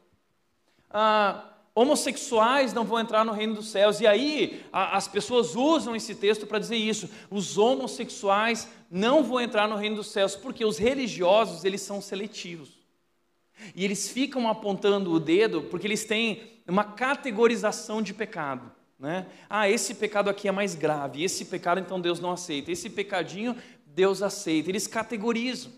Homossexuais não vão entrar no reino dos céus, e aí as pessoas usam esse texto para dizer isso, os homossexuais não vão entrar no reino dos céus, porque os religiosos, eles são seletivos, e eles ficam apontando o dedo, porque eles têm uma categorização de pecado. Né? Esse pecado aqui é mais grave, esse pecado então Deus não aceita, esse pecadinho Deus aceita, eles categorizam.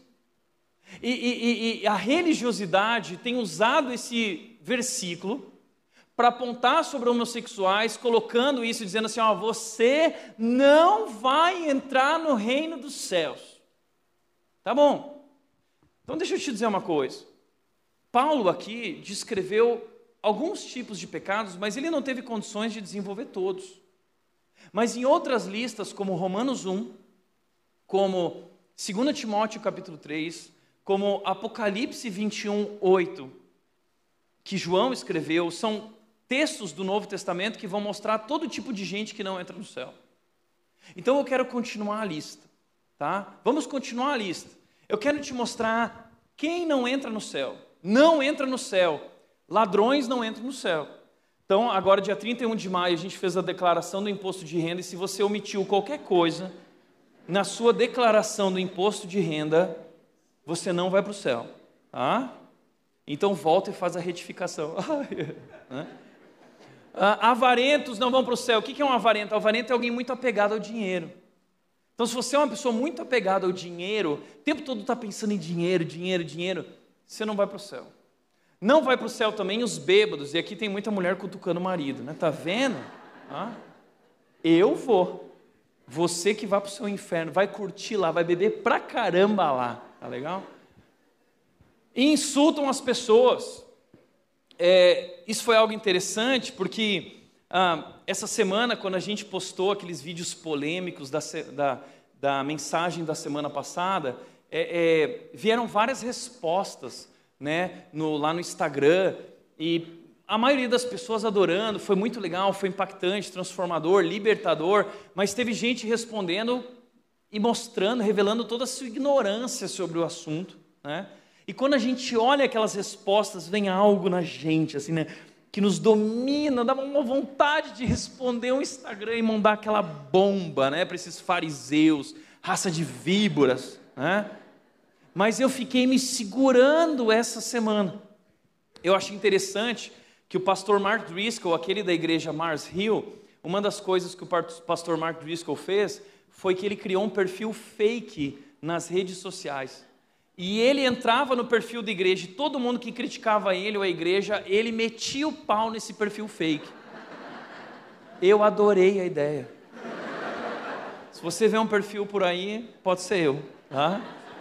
E a religiosidade tem usado esse versículo para apontar sobre homossexuais, colocando isso, dizendo assim, você não vai entrar no reino dos céus. Tá bom, então deixa eu te dizer uma coisa, Paulo aqui descreveu alguns tipos de pecados, mas ele não teve condições de desenvolver todos. Mas em outras listas, como Romanos 1, como 2 Timóteo capítulo 3, como Apocalipse 21, 8, que João escreveu, são textos do Novo Testamento que vão mostrar todo tipo de gente que não entra no céu. Então eu quero continuar a lista, tá? Vamos continuar a lista. Eu quero te mostrar quem não entra no céu. Não entra no céu. Ladrões não entram no céu. Então, agora dia 31 de maio, a gente fez a declaração do imposto de renda, e se você omitiu qualquer coisa na sua declaração do imposto de renda, você não vai para o céu. Tá? Então, volta e faz a retificação. Avarentos não vão para o céu. O que é um avarento? Avarento é alguém muito apegado ao dinheiro. Então, se você é uma pessoa muito apegada ao dinheiro, o tempo todo está pensando em dinheiro, dinheiro, dinheiro, você não vai para o céu. Não vai para o céu também os bêbados, e aqui tem muita mulher cutucando o marido, né? Tá vendo? Eu vou. Você que vai para o seu inferno, vai curtir lá, vai beber pra caramba lá, tá legal? E insultam as pessoas. Isso foi algo interessante, porque essa semana, quando a gente postou aqueles vídeos polêmicos da mensagem da semana passada, vieram várias respostas, né, lá no Instagram, e a maioria das pessoas adorando, foi muito legal, foi impactante, transformador, libertador, mas teve gente respondendo e mostrando, revelando toda a sua ignorância sobre o assunto, né? E quando a gente olha aquelas respostas, vem algo na gente, assim, né, que nos domina, dá uma vontade de responder um Instagram e mandar aquela bomba, né, para esses fariseus, raça de víboras, né? Mas eu fiquei me segurando essa semana. Eu acho interessante que o pastor Mark Driscoll, aquele da igreja Mars Hill, uma das coisas que o pastor Mark Driscoll fez foi que ele criou um perfil fake nas redes sociais. E ele entrava no perfil da igreja, e todo mundo que criticava ele ou a igreja, ele metia o pau nesse perfil fake. Eu adorei a ideia. Se você vê um perfil por aí, pode ser eu, tá?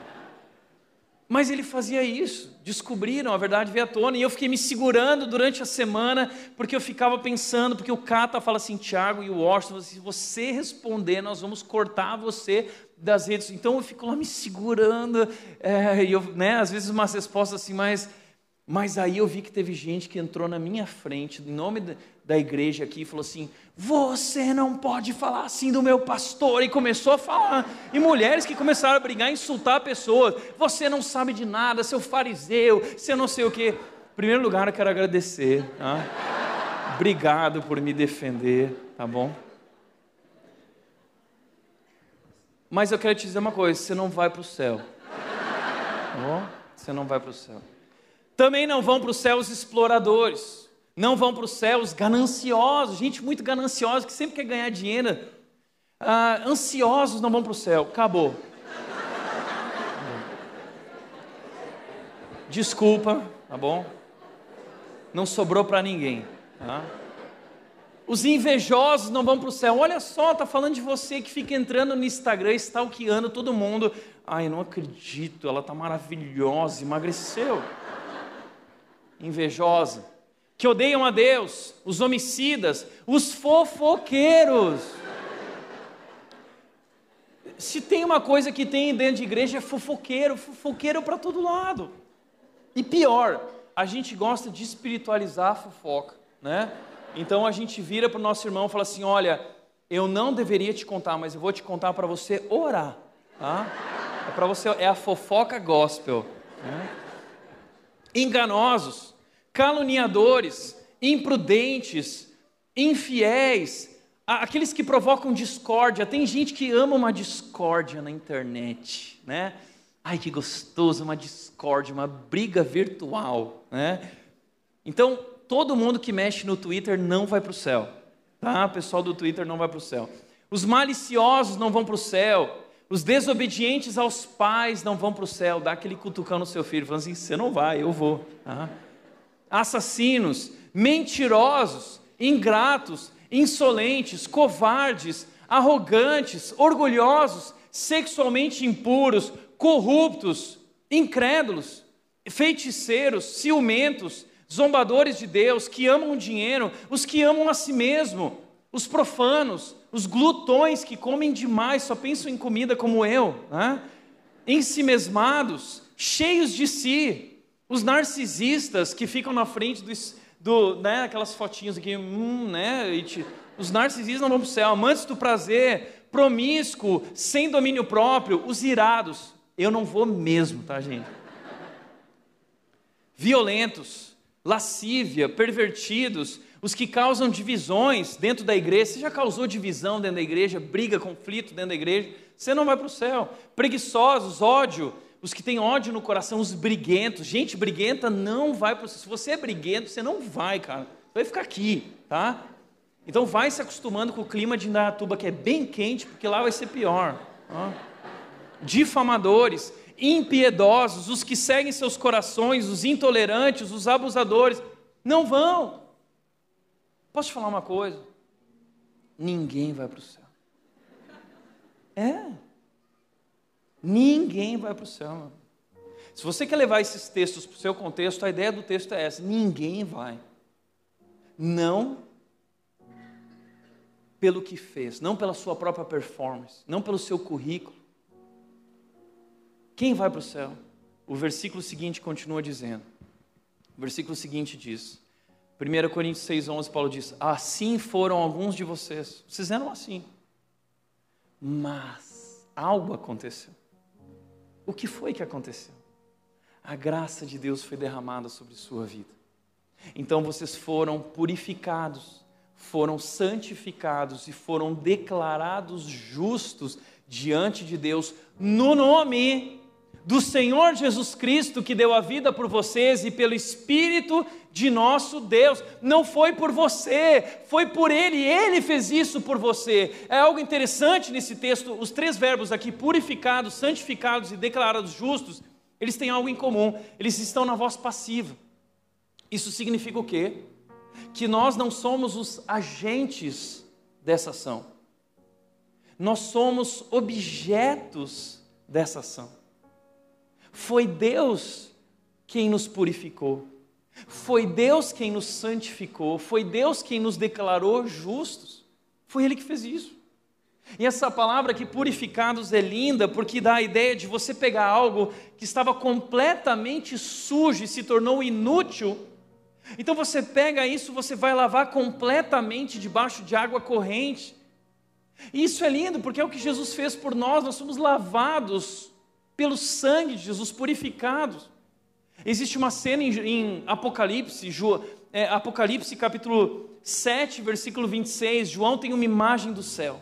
Mas ele fazia isso, descobriram, a verdade veio à tona, e eu fiquei me segurando durante a semana, porque eu ficava pensando, porque o Cata fala assim, Tiago e o Washington, se você responder, nós vamos cortar você das redes, então eu fico lá me segurando, e eu, né, às vezes umas respostas assim, mas aí eu vi que teve gente que entrou na minha frente, em nome da igreja aqui, e falou assim, você não pode falar assim do meu pastor, e começou a falar, e mulheres que começaram a brigar, insultar pessoas, você não sabe de nada, seu fariseu, você não sei o quê. Em primeiro lugar, eu quero agradecer, tá? Obrigado por me defender, tá bom? Mas eu quero te dizer uma coisa, você não vai para o céu, tá bom? Você não vai para o céu. Também não vão para o céu os exploradores, não vão para o céu os gananciosos, gente muito gananciosa que sempre quer ganhar dinheiro, ansiosos não vão para o céu, acabou. Desculpa, tá bom? Não sobrou para ninguém, tá? Os invejosos não vão para o céu, olha só, tá falando de você que fica entrando no Instagram, stalkeando todo mundo, ai, eu não acredito, ela tá maravilhosa, emagreceu. invejosa, que odeiam a Deus, os homicidas, os fofoqueiros. Se tem uma coisa que tem dentro de igreja é fofoqueiro para todo lado. E pior, a gente gosta de espiritualizar a fofoca, né? Então a gente vira para o nosso irmão e fala assim, olha, eu não deveria te contar, mas eu vou te contar para você orar, tá? É a fofoca gospel, né? Enganosos, caluniadores, imprudentes, infiéis, aqueles que provocam discórdia. Tem gente que ama uma discórdia na internet, né? Ai, que gostoso, uma discórdia, uma briga virtual, né? Então, todo mundo que mexe no Twitter não vai para o céu, tá? O pessoal do Twitter não vai para o céu. Os maliciosos não vão para o céu. Os desobedientes aos pais não vão para o céu. Dá aquele cutucão no seu filho, falando assim, você não vai, eu vou. Tá? Assassinos, mentirosos, ingratos, insolentes, covardes, arrogantes, orgulhosos, sexualmente impuros, corruptos, incrédulos, feiticeiros, ciumentos, zombadores de Deus, que amam o dinheiro, os que amam a si mesmo, os profanos, os glutões que comem demais, só pensam em comida como eu, né? Ensimesmados, cheios de si, os narcisistas que ficam na frente né, aquelas fotinhas aqui, né? Os narcisistas não vão para o céu, amantes do prazer, promíscuo, sem domínio próprio, os irados. Eu não vou mesmo, tá, gente? Violentos, lascívia, pervertidos, os que causam divisões dentro da igreja. Você já causou divisão dentro da igreja, briga, conflito dentro da igreja? Você não vai para o céu. Preguiçosos, ódio, os que têm ódio no coração, os briguentos. Gente briguenta não vai para o céu. Se você é briguento, você não vai, cara. Você vai ficar aqui, tá? Então vai se acostumando com o clima de Indaiatuba, que é bem quente, porque lá vai ser pior. Ó. Difamadores, impiedosos, os que seguem seus corações, os intolerantes, os abusadores, não vão. Posso te falar uma coisa? Ninguém vai para o céu. Ninguém vai para o céu, mano. Se você quer levar esses textos para o seu contexto, a ideia do texto é essa: ninguém vai. Não pelo que fez, não pela sua própria performance, não pelo seu currículo. Quem vai para o céu? O versículo seguinte continua dizendo. O versículo seguinte diz, 1 Coríntios 6,11, Paulo diz, assim foram alguns de vocês. Vocês eram assim. Mas algo aconteceu. O que foi que aconteceu? A graça de Deus foi derramada sobre sua vida. Então vocês foram purificados, foram santificados e foram declarados justos diante de Deus no nome do Senhor Jesus Cristo, que deu a vida por vocês, e pelo Espírito de nosso Deus. Não foi por você, foi por Ele fez isso por você. É algo interessante nesse texto, os três verbos aqui, purificados, santificados e declarados justos, eles têm algo em comum, eles estão na voz passiva. Isso significa o quê? Que nós não somos os agentes dessa ação, nós somos objetos dessa ação. Foi Deus quem nos purificou, foi Deus quem nos santificou, foi Deus quem nos declarou justos, foi Ele que fez isso. E essa palavra aqui, purificados, é linda, porque dá a ideia de você pegar algo que estava completamente sujo e se tornou inútil. Então você pega isso, você vai lavar completamente debaixo de água corrente. E isso é lindo, porque é o que Jesus fez por nós, nós somos lavados pelo sangue de Jesus, purificados. Existe uma cena em Apocalipse, Apocalipse capítulo 7, versículo 26, João tem uma imagem do céu.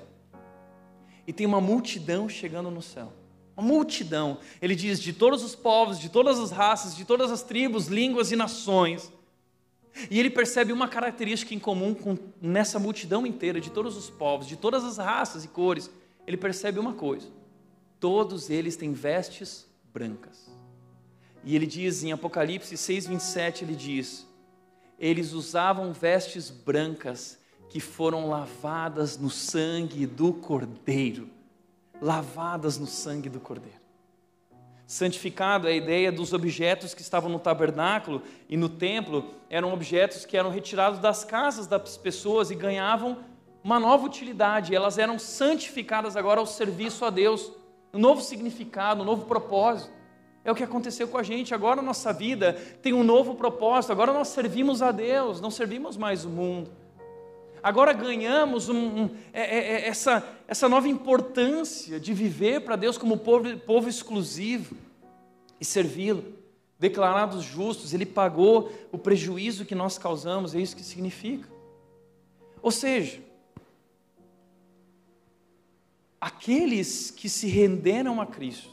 E tem uma multidão chegando no céu. Uma multidão. Ele diz, de todos os povos, de todas as raças, de todas as tribos, línguas e nações. E ele percebe uma característica em comum nessa multidão inteira, de todos os povos, de todas as raças e cores. Ele percebe uma coisa: todos eles têm vestes brancas. E ele diz em Apocalipse 6:27, ele diz, eles usavam vestes brancas que foram lavadas no sangue do Cordeiro. Lavadas no sangue do Cordeiro. Santificado é a ideia dos objetos que estavam no tabernáculo e no templo, eram objetos que eram retirados das casas das pessoas e ganhavam uma nova utilidade. Elas eram santificadas agora ao serviço a Deus, um novo significado, um novo propósito. É o que aconteceu com a gente. Agora a nossa vida tem um novo propósito. Agora nós servimos a Deus, não servimos mais o mundo. Agora ganhamos essa nova importância de viver para Deus como povo exclusivo e servi-lo. Declarados justos, Ele pagou o prejuízo que nós causamos, é isso que significa. Ou seja, aqueles que se renderam a Cristo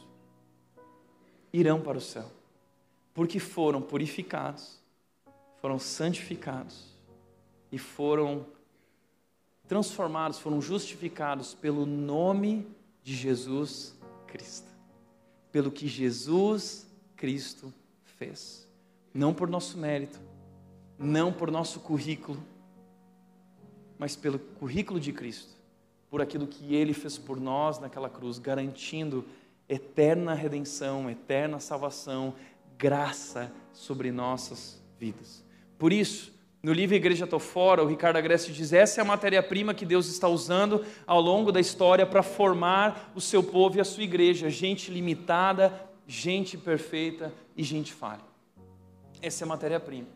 irão para o céu, porque foram purificados, foram santificados e foram transformados, foram justificados pelo nome de Jesus Cristo, pelo que Jesus Cristo fez, não por nosso mérito, não por nosso currículo, mas pelo currículo de Cristo, por aquilo que Ele fez por nós naquela cruz, garantindo eterna redenção, eterna salvação, graça sobre nossas vidas. Por isso, no livro Igreja Tô Fora, o Ricardo Agreste diz: essa é a matéria-prima que Deus está usando ao longo da história para formar o seu povo e a sua igreja, gente limitada, gente perfeita e gente falha. Essa é a matéria-prima.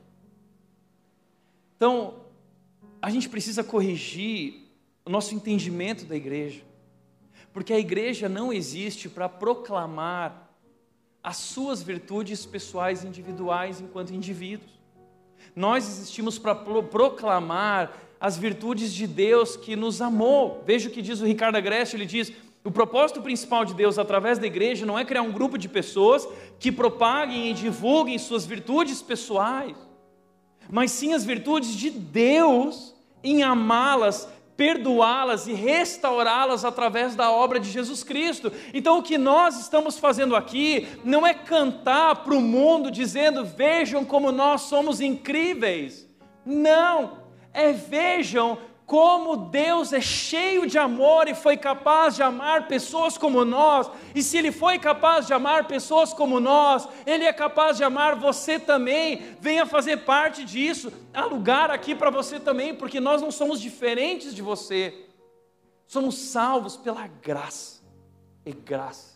Então, a gente precisa corrigir o nosso entendimento da igreja, porque a igreja não existe para proclamar as suas virtudes pessoais individuais enquanto indivíduos. Nós existimos para proclamar as virtudes de Deus que nos amou. Veja o que diz o Ricardo Agreste, ele diz: o propósito principal de Deus através da igreja não é criar um grupo de pessoas que propaguem e divulguem suas virtudes pessoais, mas sim as virtudes de Deus em amá-las, perdoá-las e restaurá-las através da obra de Jesus Cristo. Então o que nós estamos fazendo aqui não é cantar para o mundo dizendo: vejam como nós somos incríveis. Não, é vejam como Deus é cheio de amor e foi capaz de amar pessoas como nós. E se Ele foi capaz de amar pessoas como nós, Ele é capaz de amar você também. Venha fazer parte disso. Há lugar aqui para você também, porque nós não somos diferentes de você. Somos salvos pela graça. É graça.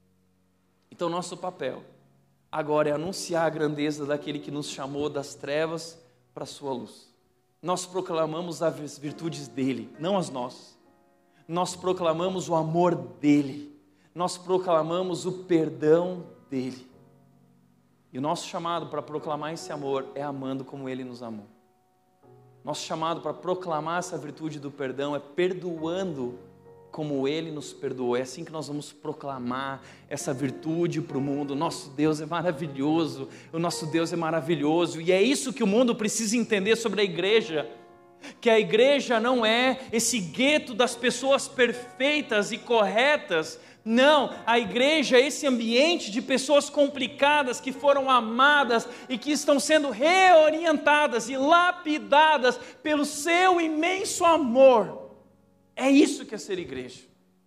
Então nosso papel agora é anunciar a grandeza daquele que nos chamou das trevas para a sua luz. Nós proclamamos as virtudes dele, não as nossas. Nós proclamamos o amor dele. Nós proclamamos o perdão dele. E o nosso chamado para proclamar esse amor é amando como ele nos amou. Nosso chamado para proclamar essa virtude do perdão é perdoando como Ele nos perdoou. É assim que nós vamos proclamar essa virtude para o mundo. Nosso Deus é maravilhoso, o nosso Deus é maravilhoso, e é isso que o mundo precisa entender sobre a igreja, que a igreja não é esse gueto das pessoas perfeitas e corretas. Não, a igreja é esse ambiente de pessoas complicadas que foram amadas e que estão sendo reorientadas e lapidadas pelo seu imenso amor. É isso que é ser igreja.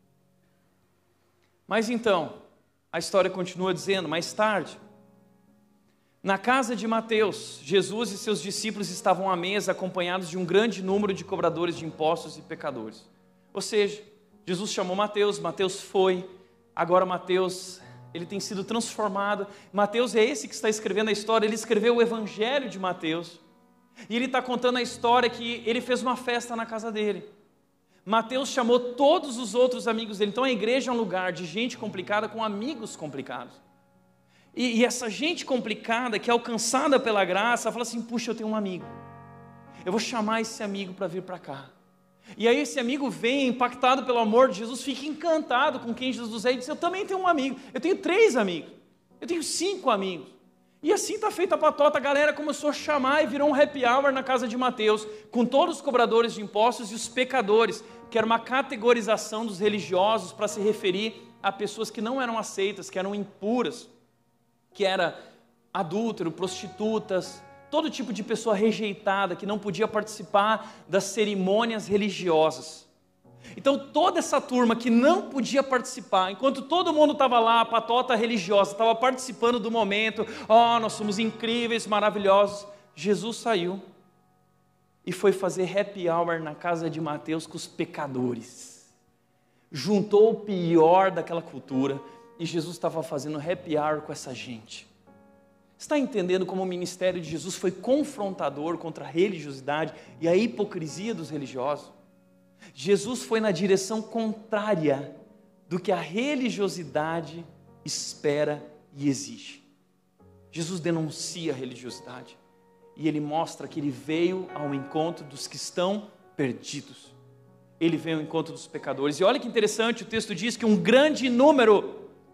Mas então, a história continua dizendo: mais tarde, na casa de Mateus, Jesus e seus discípulos estavam à mesa acompanhados de um grande número de cobradores de impostos e pecadores. Ou seja, Jesus chamou Mateus, Mateus foi, agora Mateus, ele tem sido transformado. Mateus é esse que está escrevendo a história, ele escreveu o Evangelho de Mateus, e ele está contando a história que ele fez uma festa na casa dele. Mateus chamou todos os outros amigos dele. Então a igreja é um lugar de gente complicada com amigos complicados. E essa gente complicada que é alcançada pela graça, fala assim: puxa, eu tenho um amigo, eu vou chamar esse amigo para vir para cá. E aí esse amigo vem impactado pelo amor de Jesus, fica encantado com quem Jesus é e diz: eu também tenho um amigo, eu tenho 3 amigos, eu tenho 5 amigos. E assim está feita a patota, a galera começou a chamar e virou um happy hour na casa de Mateus, com todos os cobradores de impostos e os pecadores, que era uma categorização dos religiosos para se referir a pessoas que não eram aceitas, que eram impuras, que era adúltero, prostitutas, todo tipo de pessoa rejeitada, que não podia participar das cerimônias religiosas. Então toda essa turma que não podia participar, enquanto todo mundo estava lá, a patota religiosa estava participando do momento, nós somos incríveis, maravilhosos, Jesus saiu e foi fazer happy hour na casa de Mateus com os pecadores. Juntou o pior daquela cultura e Jesus estava fazendo happy hour com essa gente. Está entendendo como o ministério de Jesus foi confrontador contra a religiosidade e a hipocrisia dos religiosos? Jesus foi na direção contrária do que a religiosidade espera e exige. Jesus denuncia a religiosidade e ele mostra que ele veio ao encontro dos que estão perdidos. Ele veio ao encontro dos pecadores. E olha que interessante, o texto diz que um grande número,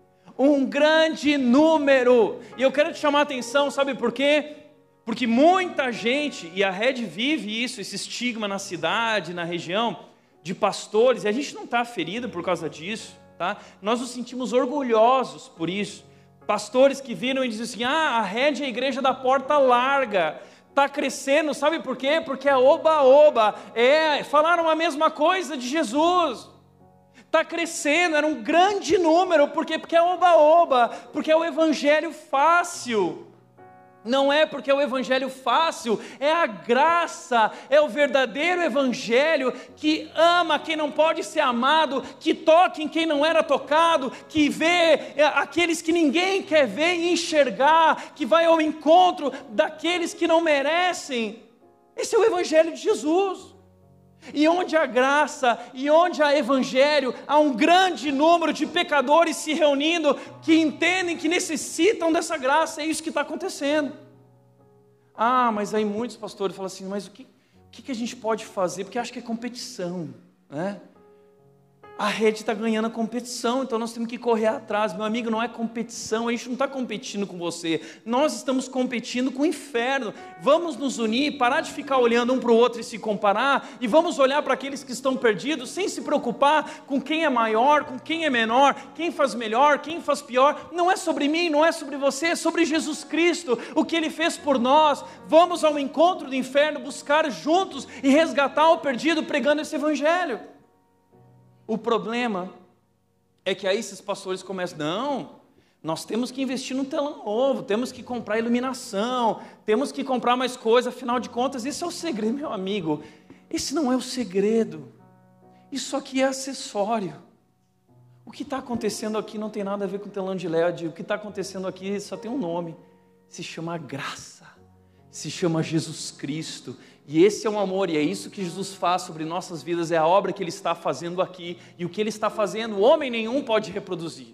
e eu quero te chamar a atenção, sabe por quê? Porque muita gente, e a Rede vive isso, esse estigma na cidade, na região, de pastores, e a gente não está ferido por causa disso, tá? Nós nos sentimos orgulhosos por isso. Pastores que viram e dizem assim, a Rede é a igreja da porta larga, está crescendo, sabe por quê? Porque é oba-oba, falaram a mesma coisa de Jesus. Está crescendo, era um grande número, porque é oba-oba, porque é o evangelho fácil. Não é porque é o evangelho fácil, é a graça, é o verdadeiro evangelho que ama quem não pode ser amado, que toca em quem não era tocado, que vê aqueles que ninguém quer ver e enxergar, que vai ao encontro daqueles que não merecem. Esse é o evangelho de Jesus. E onde há graça, e onde há evangelho, há um grande número de pecadores se reunindo, que entendem que necessitam dessa graça, é isso que está acontecendo. Mas aí muitos pastores falam assim, mas o que a gente pode fazer? Porque acho que é competição, né? A Rede está ganhando a competição, então nós temos que correr atrás. Meu amigo, não é competição, a gente não está competindo com você, nós estamos competindo com o inferno. Vamos nos unir, parar de ficar olhando um para o outro e se comparar, e vamos olhar para aqueles que estão perdidos, sem se preocupar com quem é maior, com quem é menor, quem faz melhor, quem faz pior. Não é sobre mim, não é sobre você, é sobre Jesus Cristo, o que Ele fez por nós. Vamos ao encontro do inferno, buscar juntos e resgatar o perdido, pregando esse evangelho. O problema é que aí esses pastores começam, nós temos que investir no telão novo, temos que comprar iluminação, temos que comprar mais coisa, afinal de contas, esse é o segredo, meu amigo. Esse não é o segredo, isso aqui é acessório. O que está acontecendo aqui não tem nada a ver com telão de LED, o que está acontecendo aqui só tem um nome, se chama graça, se chama Jesus Cristo. E esse é um amor, e é isso que Jesus faz sobre nossas vidas, é a obra que Ele está fazendo aqui, e o que Ele está fazendo, homem nenhum pode reproduzir.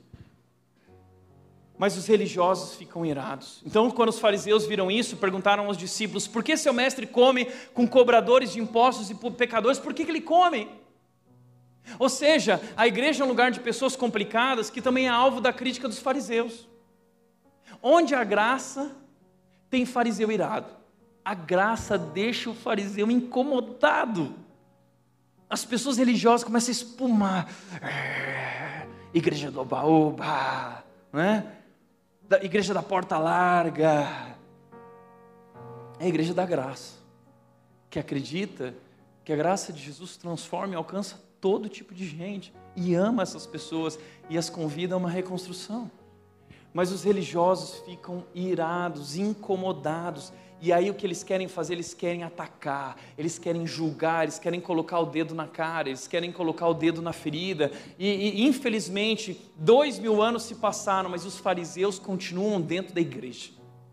Mas os religiosos ficam irados. Então, quando os fariseus viram isso, perguntaram aos discípulos, por que seu mestre come com cobradores de impostos e pecadores? Por que ele come? Ou seja, a igreja é um lugar de pessoas complicadas, que também é alvo da crítica dos fariseus. Onde há graça, tem fariseu irado. A graça deixa o fariseu incomodado. As pessoas religiosas começam a espumar. Igreja do oba-oba, né? Igreja da porta larga. É a igreja da graça, que acredita que a graça de Jesus transforma e alcança todo tipo de gente, e ama essas pessoas e as convida a uma reconstrução. Mas os religiosos ficam irados, incomodados. E aí o que eles querem fazer? Eles querem atacar, eles querem julgar, eles querem colocar o dedo na cara, eles querem colocar o dedo na ferida. E infelizmente, 2000 anos se passaram, mas os fariseus continuam dentro da igreja.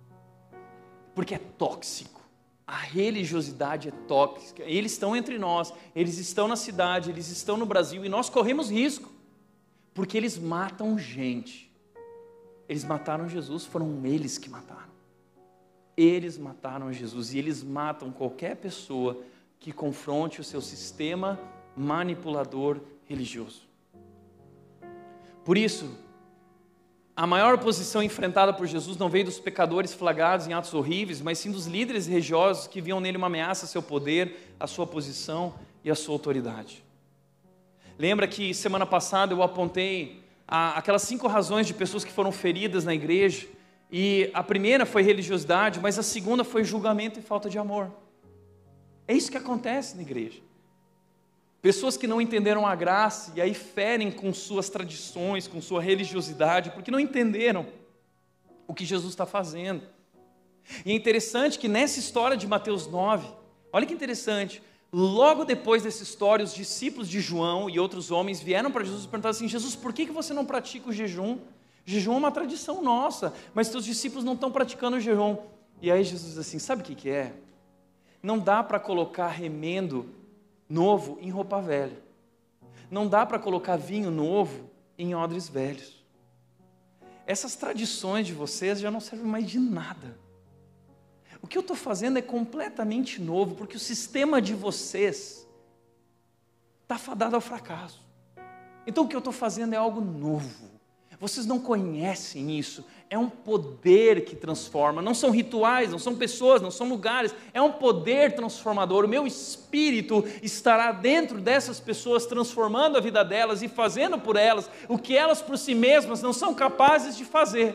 Porque é tóxico. A religiosidade é tóxica. Eles estão entre nós, eles estão na cidade, eles estão no Brasil, e nós corremos risco. Porque eles matam gente. Eles mataram Jesus, foram eles que mataram. Eles mataram Jesus, e eles matam qualquer pessoa que confronte o seu sistema manipulador religioso. Por isso, a maior oposição enfrentada por Jesus não veio dos pecadores flagrados em atos horríveis, mas sim dos líderes religiosos que viam nele uma ameaça a seu poder, a sua posição e a sua autoridade. Lembra que semana passada eu apontei aquelas 5 razões de pessoas que foram feridas na igreja, e a primeira foi religiosidade, mas a segunda foi julgamento e falta de amor. É isso que acontece na igreja. Pessoas que não entenderam a graça e aí ferem com suas tradições, com sua religiosidade, porque não entenderam o que Jesus está fazendo. E é interessante que nessa história de Mateus 9, olha que interessante, logo depois dessa história, os discípulos de João e outros homens vieram para Jesus e perguntaram assim: Jesus, por que você não pratica o jejum? Jejum é uma tradição nossa, mas teus discípulos não estão praticando o jejum. E aí Jesus diz assim: sabe o que é? Não dá para colocar remendo novo em roupa velha. Não dá para colocar vinho novo em odres velhos. Essas tradições de vocês já não servem mais de nada. O que eu estou fazendo é completamente novo, porque o sistema de vocês está fadado ao fracasso. Então o que eu estou fazendo é algo novo. Vocês não conhecem isso. É um poder que transforma. Não são rituais, não são pessoas, não são lugares. É um poder transformador. O meu espírito estará dentro dessas pessoas, transformando a vida delas e fazendo por elas o que elas por si mesmas não são capazes de fazer.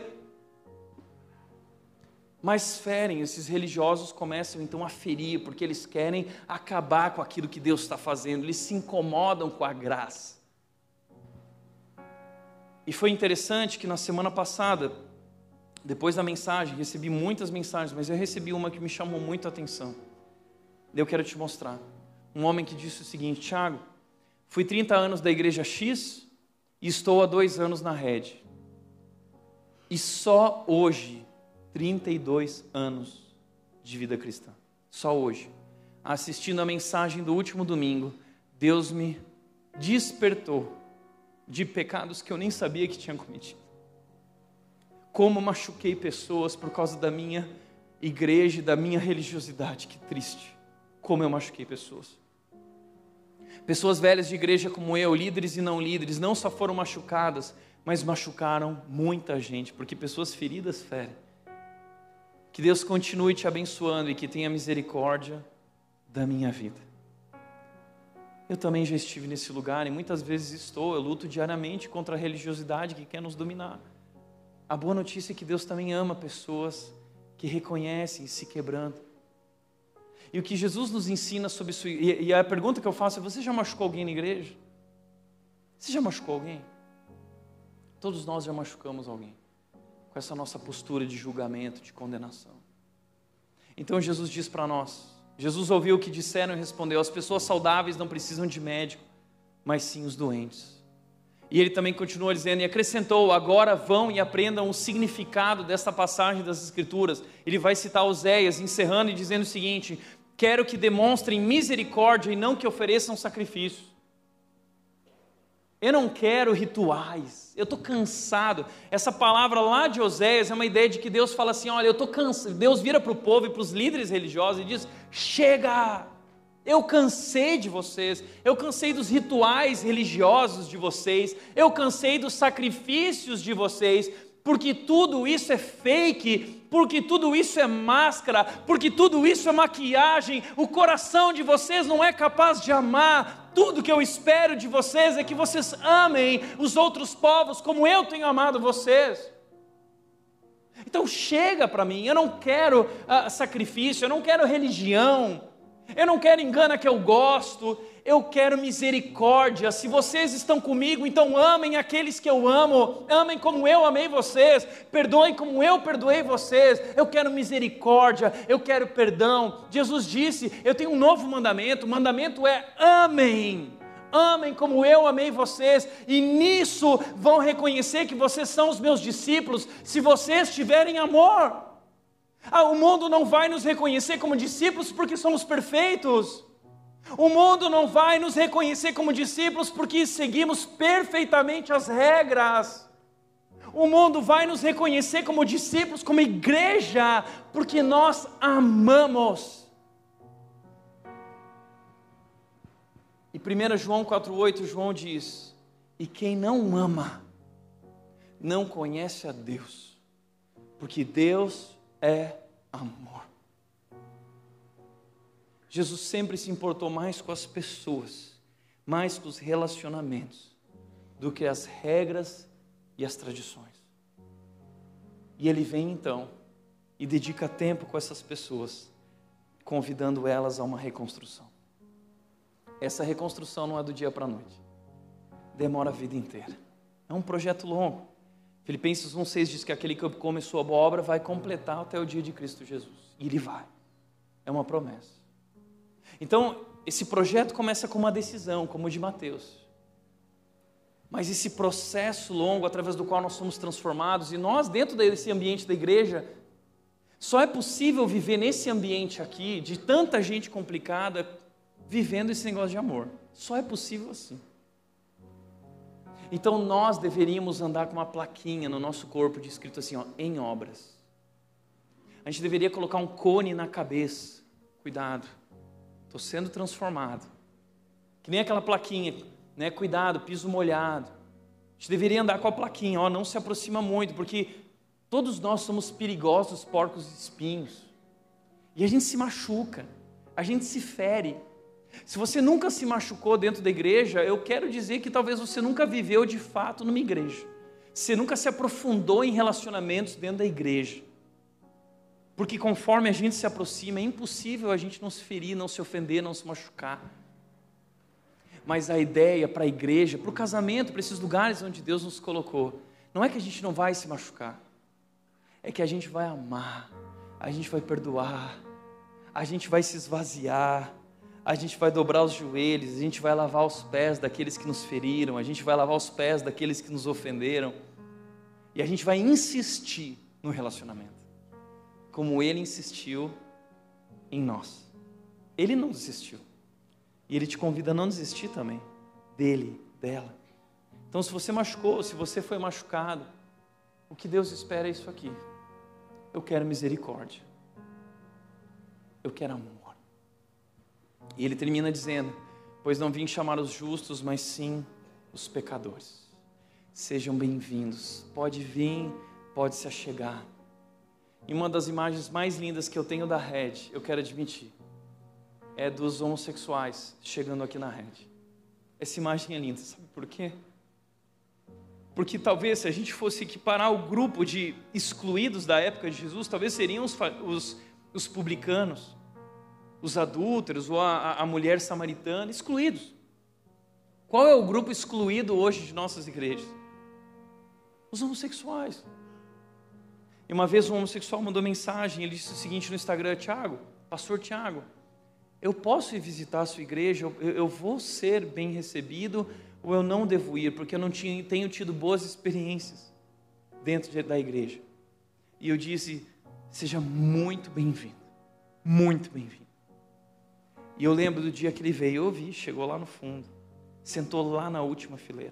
Mas ferem, esses religiosos começam então a ferir, porque eles querem acabar com aquilo que Deus está fazendo. Eles se incomodam com a graça. E foi interessante que na semana passada, depois da mensagem, recebi muitas mensagens, mas eu recebi uma que me chamou muito a atenção. Eu quero te mostrar. Um homem que disse o seguinte: Thiago, fui 30 anos da igreja X e estou há 2 anos na Rede. E só hoje, 32 anos de vida cristã. Só hoje, assistindo a mensagem do último domingo, Deus me despertou de pecados que eu nem sabia que tinha cometido. Como machuquei pessoas por causa da minha igreja e da minha religiosidade. Que triste. Como eu machuquei pessoas. Pessoas velhas de igreja como eu, líderes e não líderes, não só foram machucadas, mas machucaram muita gente, porque pessoas feridas ferem. Que Deus continue te abençoando e que tenha misericórdia da minha vida. Eu também já estive nesse lugar e muitas vezes eu luto diariamente contra a religiosidade que quer nos dominar. A boa notícia é que Deus também ama pessoas que reconhecem e se quebrantam. E o que Jesus nos ensina sobre isso, e a pergunta que eu faço é: você já machucou alguém na igreja? Você já machucou alguém? Todos nós já machucamos alguém, com essa nossa postura de julgamento, de condenação. Então Jesus diz para nós, Jesus ouviu o que disseram e respondeu: as pessoas saudáveis não precisam de médico, mas sim os doentes. E ele também continua dizendo, e acrescentou: agora vão e aprendam o significado desta passagem das Escrituras. Ele vai citar Oséias, encerrando e dizendo o seguinte: quero que demonstrem misericórdia e não que ofereçam sacrifícios. Eu não quero rituais, eu estou cansado. Essa palavra lá de Oséias é uma ideia de que Deus fala assim: olha, eu estou cansado. Deus vira para o povo e para os líderes religiosos e diz: chega, eu cansei de vocês, eu cansei dos rituais religiosos de vocês, eu cansei dos sacrifícios de vocês, porque tudo isso é fake, porque tudo isso é máscara, porque tudo isso é maquiagem. O coração de vocês não é capaz de amar. Tudo que eu espero de vocês é que vocês amem os outros povos como eu tenho amado vocês. Então chega para mim, eu não quero sacrifício, eu não quero religião, eu não quero engana que eu gosto, eu quero misericórdia. Se vocês estão comigo, então amem aqueles que eu amo, amem como eu amei vocês, perdoem como eu perdoei vocês. Eu quero misericórdia, eu quero perdão. Jesus disse: eu tenho um novo mandamento, o mandamento é amem. Amem como eu amei vocês, e nisso vão reconhecer que vocês são os meus discípulos, se vocês tiverem amor. O mundo não vai nos reconhecer como discípulos porque somos perfeitos. O mundo não vai nos reconhecer como discípulos porque seguimos perfeitamente as regras. O mundo vai nos reconhecer como discípulos, como igreja, porque nós amamos. E 1 João 4,8, João diz: e quem não ama, não conhece a Deus, porque Deus é amor. Jesus sempre se importou mais com as pessoas, mais com os relacionamentos, do que as regras e as tradições. E Ele vem então e dedica tempo com essas pessoas, convidando elas a uma reconstrução. essa reconstrução não é do dia para a noite. Demora a vida inteira. É um projeto longo. Filipenses 1,6 diz que aquele que começou a boa obra vai completar até o dia de Cristo Jesus. E ele vai. É uma promessa. Então, esse projeto começa com uma decisão, como o de Mateus. Mas esse processo longo, através do qual nós somos transformados, e nós, dentro desse ambiente da igreja, só é possível viver nesse ambiente aqui, de tanta gente complicada, vivendo esse negócio de amor. Só é possível assim. Então nós deveríamos andar com uma plaquinha no nosso corpo, de escrito assim, ó, em obras. A gente deveria colocar um cone na cabeça. Cuidado, estou sendo transformado. Que nem aquela plaquinha, né? Cuidado, piso molhado. A gente deveria andar com a plaquinha, ó, não se aproxima muito, porque todos nós somos perigosos, porcos e espinhos. E a gente se machuca, a gente se fere. Se você nunca se machucou dentro da igreja, eu quero dizer que talvez você nunca viveu de fato numa igreja. Você nunca se aprofundou em relacionamentos dentro da igreja. Porque conforme a gente se aproxima, é impossível a gente não se ferir, não se ofender, não se machucar. Mas a ideia para a igreja, para o casamento, para esses lugares onde Deus nos colocou, não é que a gente não vai se machucar. É que a gente vai amar, a gente vai perdoar, a gente vai se esvaziar, a gente vai dobrar os joelhos, a gente vai lavar os pés daqueles que nos feriram, a gente vai lavar os pés daqueles que nos ofenderam, e a gente vai insistir no relacionamento, como Ele insistiu em nós. Ele não desistiu, e Ele te convida a não desistir também, dele, dela. Então, se você machucou, se você foi machucado, o que Deus espera é isso aqui. Eu quero misericórdia, eu quero amor. E ele termina dizendo, pois não vim chamar os justos, mas sim os pecadores. Sejam bem-vindos, pode vir, pode se achegar. E uma das imagens mais lindas que eu tenho da rede, eu quero admitir, é dos homossexuais chegando aqui na rede. Essa imagem é linda, sabe por quê? Porque talvez se a gente fosse equiparar o grupo de excluídos da época de Jesus, talvez seriam os publicanos, os adúlteros ou a mulher samaritana, excluídos. Qual é o grupo excluído hoje de nossas igrejas? Os homossexuais. E uma vez um homossexual mandou mensagem, ele disse o seguinte no Instagram, Tiago, pastor Tiago, eu posso ir visitar a sua igreja, eu vou ser bem recebido ou eu não devo ir, porque eu não tenho tido boas experiências dentro da igreja. E eu disse, seja muito bem-vindo, muito bem-vindo. E eu lembro do dia que ele veio, eu vi, chegou lá no fundo, sentou lá na última fileira,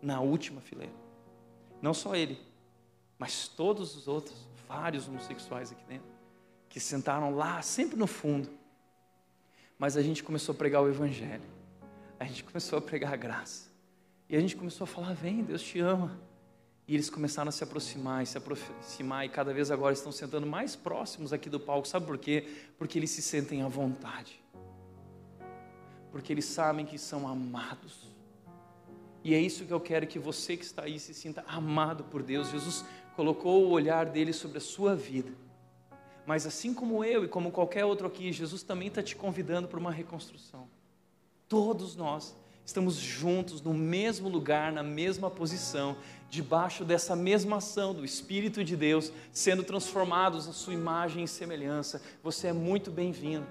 não só ele, mas todos os outros, vários homossexuais aqui dentro, que sentaram lá, sempre no fundo. Mas a gente começou a pregar o evangelho, a gente começou a pregar a graça, e a gente começou a falar, vem, Deus te ama. E eles começaram a se aproximar, e cada vez agora estão sentando mais próximos aqui do palco. Sabe por quê? Porque eles se sentem à vontade. Porque eles sabem que são amados. E é isso que eu quero, que você que está aí se sinta amado por Deus. Jesus colocou o olhar dele sobre a sua vida. Mas assim como eu e como qualquer outro aqui, Jesus também está te convidando para uma reconstrução. Todos nós estamos juntos no mesmo lugar, na mesma posição, debaixo dessa mesma ação do Espírito de Deus, sendo transformados à sua imagem e semelhança. Você é muito bem-vindo.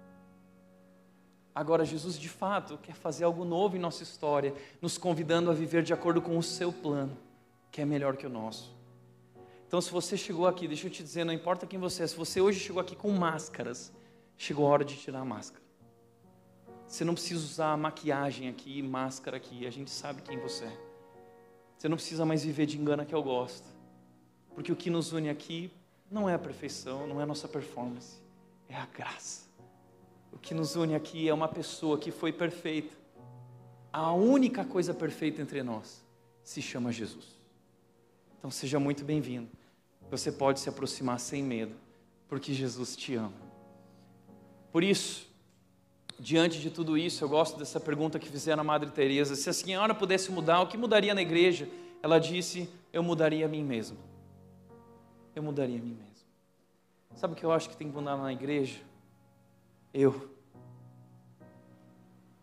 Agora, Jesus, de fato, quer fazer algo novo em nossa história, nos convidando a viver de acordo com o seu plano, que é melhor que o nosso. Então, se você chegou aqui, deixa eu te dizer, não importa quem você é, se você hoje chegou aqui com máscaras, chegou a hora de tirar a máscara. Você não precisa usar maquiagem aqui, máscara aqui, a gente sabe quem você é. Você não precisa mais viver de engana que eu gosto, porque o que nos une aqui não é a perfeição, não é a nossa performance, é a graça. O que nos une aqui é uma pessoa que foi perfeita. A única coisa perfeita entre nós se chama Jesus. Então seja muito bem-vindo. Você pode se aproximar sem medo, porque Jesus te ama. Por isso, diante de tudo isso, eu gosto dessa pergunta que fizeram a Madre Teresa. Se a senhora pudesse mudar, o que mudaria na igreja? Ela disse, eu mudaria a mim mesma. Eu mudaria a mim mesma. Sabe o que eu acho que tem que mudar na igreja?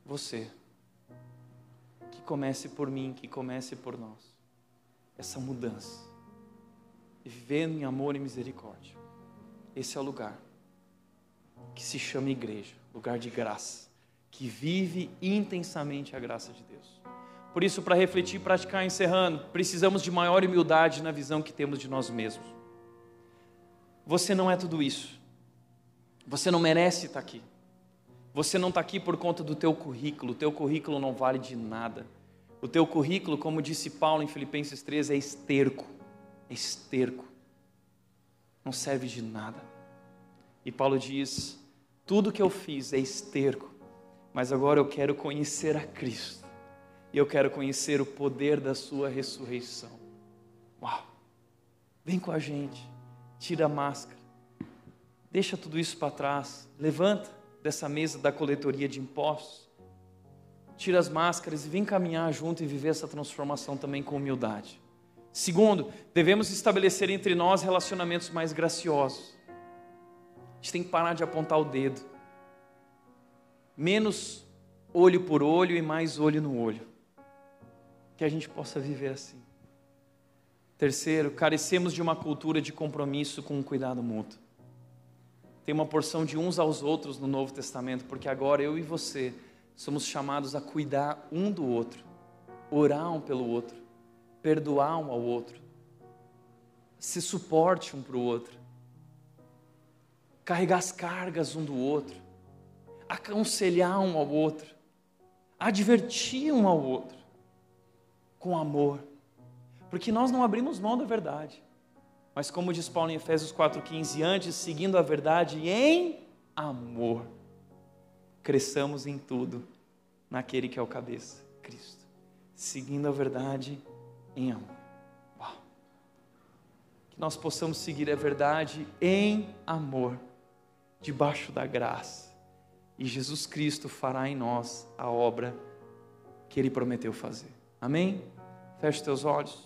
você. Que comece por mim, que comece por nós. Essa mudança. Vivendo em amor e misericórdia. Esse é o lugar que se chama igreja, lugar de graça, que vive intensamente a graça de Deus. Por isso, para refletir e praticar, encerrando, precisamos de maior humildade na visão que temos de nós mesmos. Você não é tudo isso. Você não merece estar aqui. Você não está aqui por conta do teu currículo. O teu currículo não vale de nada. O teu currículo, como disse Paulo em Filipenses 3, é esterco. É esterco. Não serve de nada. E Paulo diz, tudo que eu fiz é esterco, mas agora eu quero conhecer a Cristo. E eu quero conhecer o poder da sua ressurreição. Uau! Vem com a gente. Tira a máscara. Deixa tudo isso para trás. Levanta dessa mesa da coletoria de impostos. Tira as máscaras e vem caminhar junto e viver essa transformação também com humildade. Segundo, devemos estabelecer entre nós relacionamentos mais graciosos. A gente tem que parar de apontar o dedo. Menos olho por olho e mais olho no olho. Que a gente possa viver assim. Terceiro, carecemos de uma cultura de compromisso com um cuidado mútuo. Tem uma porção de uns aos outros no Novo Testamento, porque agora eu e você somos chamados a cuidar um do outro, orar um pelo outro, perdoar um ao outro, se suporte um para o outro, carregar as cargas um do outro, aconselhar um ao outro, advertir um ao outro, com amor, porque nós não abrimos mão da verdade, mas como diz Paulo em Efésios 4,15, antes, seguindo a verdade em amor, cresçamos em tudo, naquele que é o cabeça, Cristo, seguindo a verdade em amor. Uau. Que nós possamos seguir a verdade em amor, debaixo da graça, e Jesus Cristo fará em nós a obra que Ele prometeu fazer. Amém? Feche teus olhos.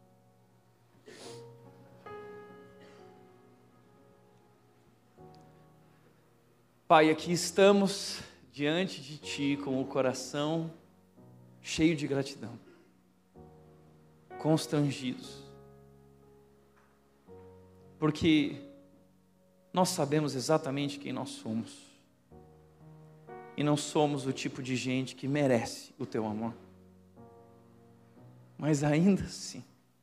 Pai, aqui estamos diante de Ti com o coração cheio de gratidão, constrangidos, porque nós sabemos exatamente quem nós somos e não somos o tipo de gente que merece o Teu amor. Mas ainda assim,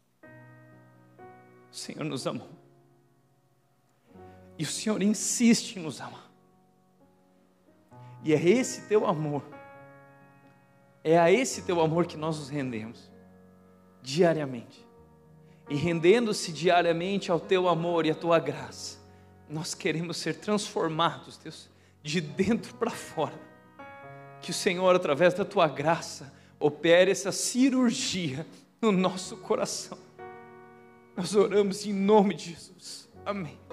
o Senhor nos amou. E o Senhor insiste em nos amar. E é esse Teu amor, é a esse Teu amor que nós nos rendemos, diariamente. E rendendo-se diariamente ao Teu amor e à Tua graça, nós queremos ser transformados, Deus, de dentro para fora. Que o Senhor, através da Tua graça, opere essa cirurgia no nosso coração. Nós oramos em nome de Jesus. Amém.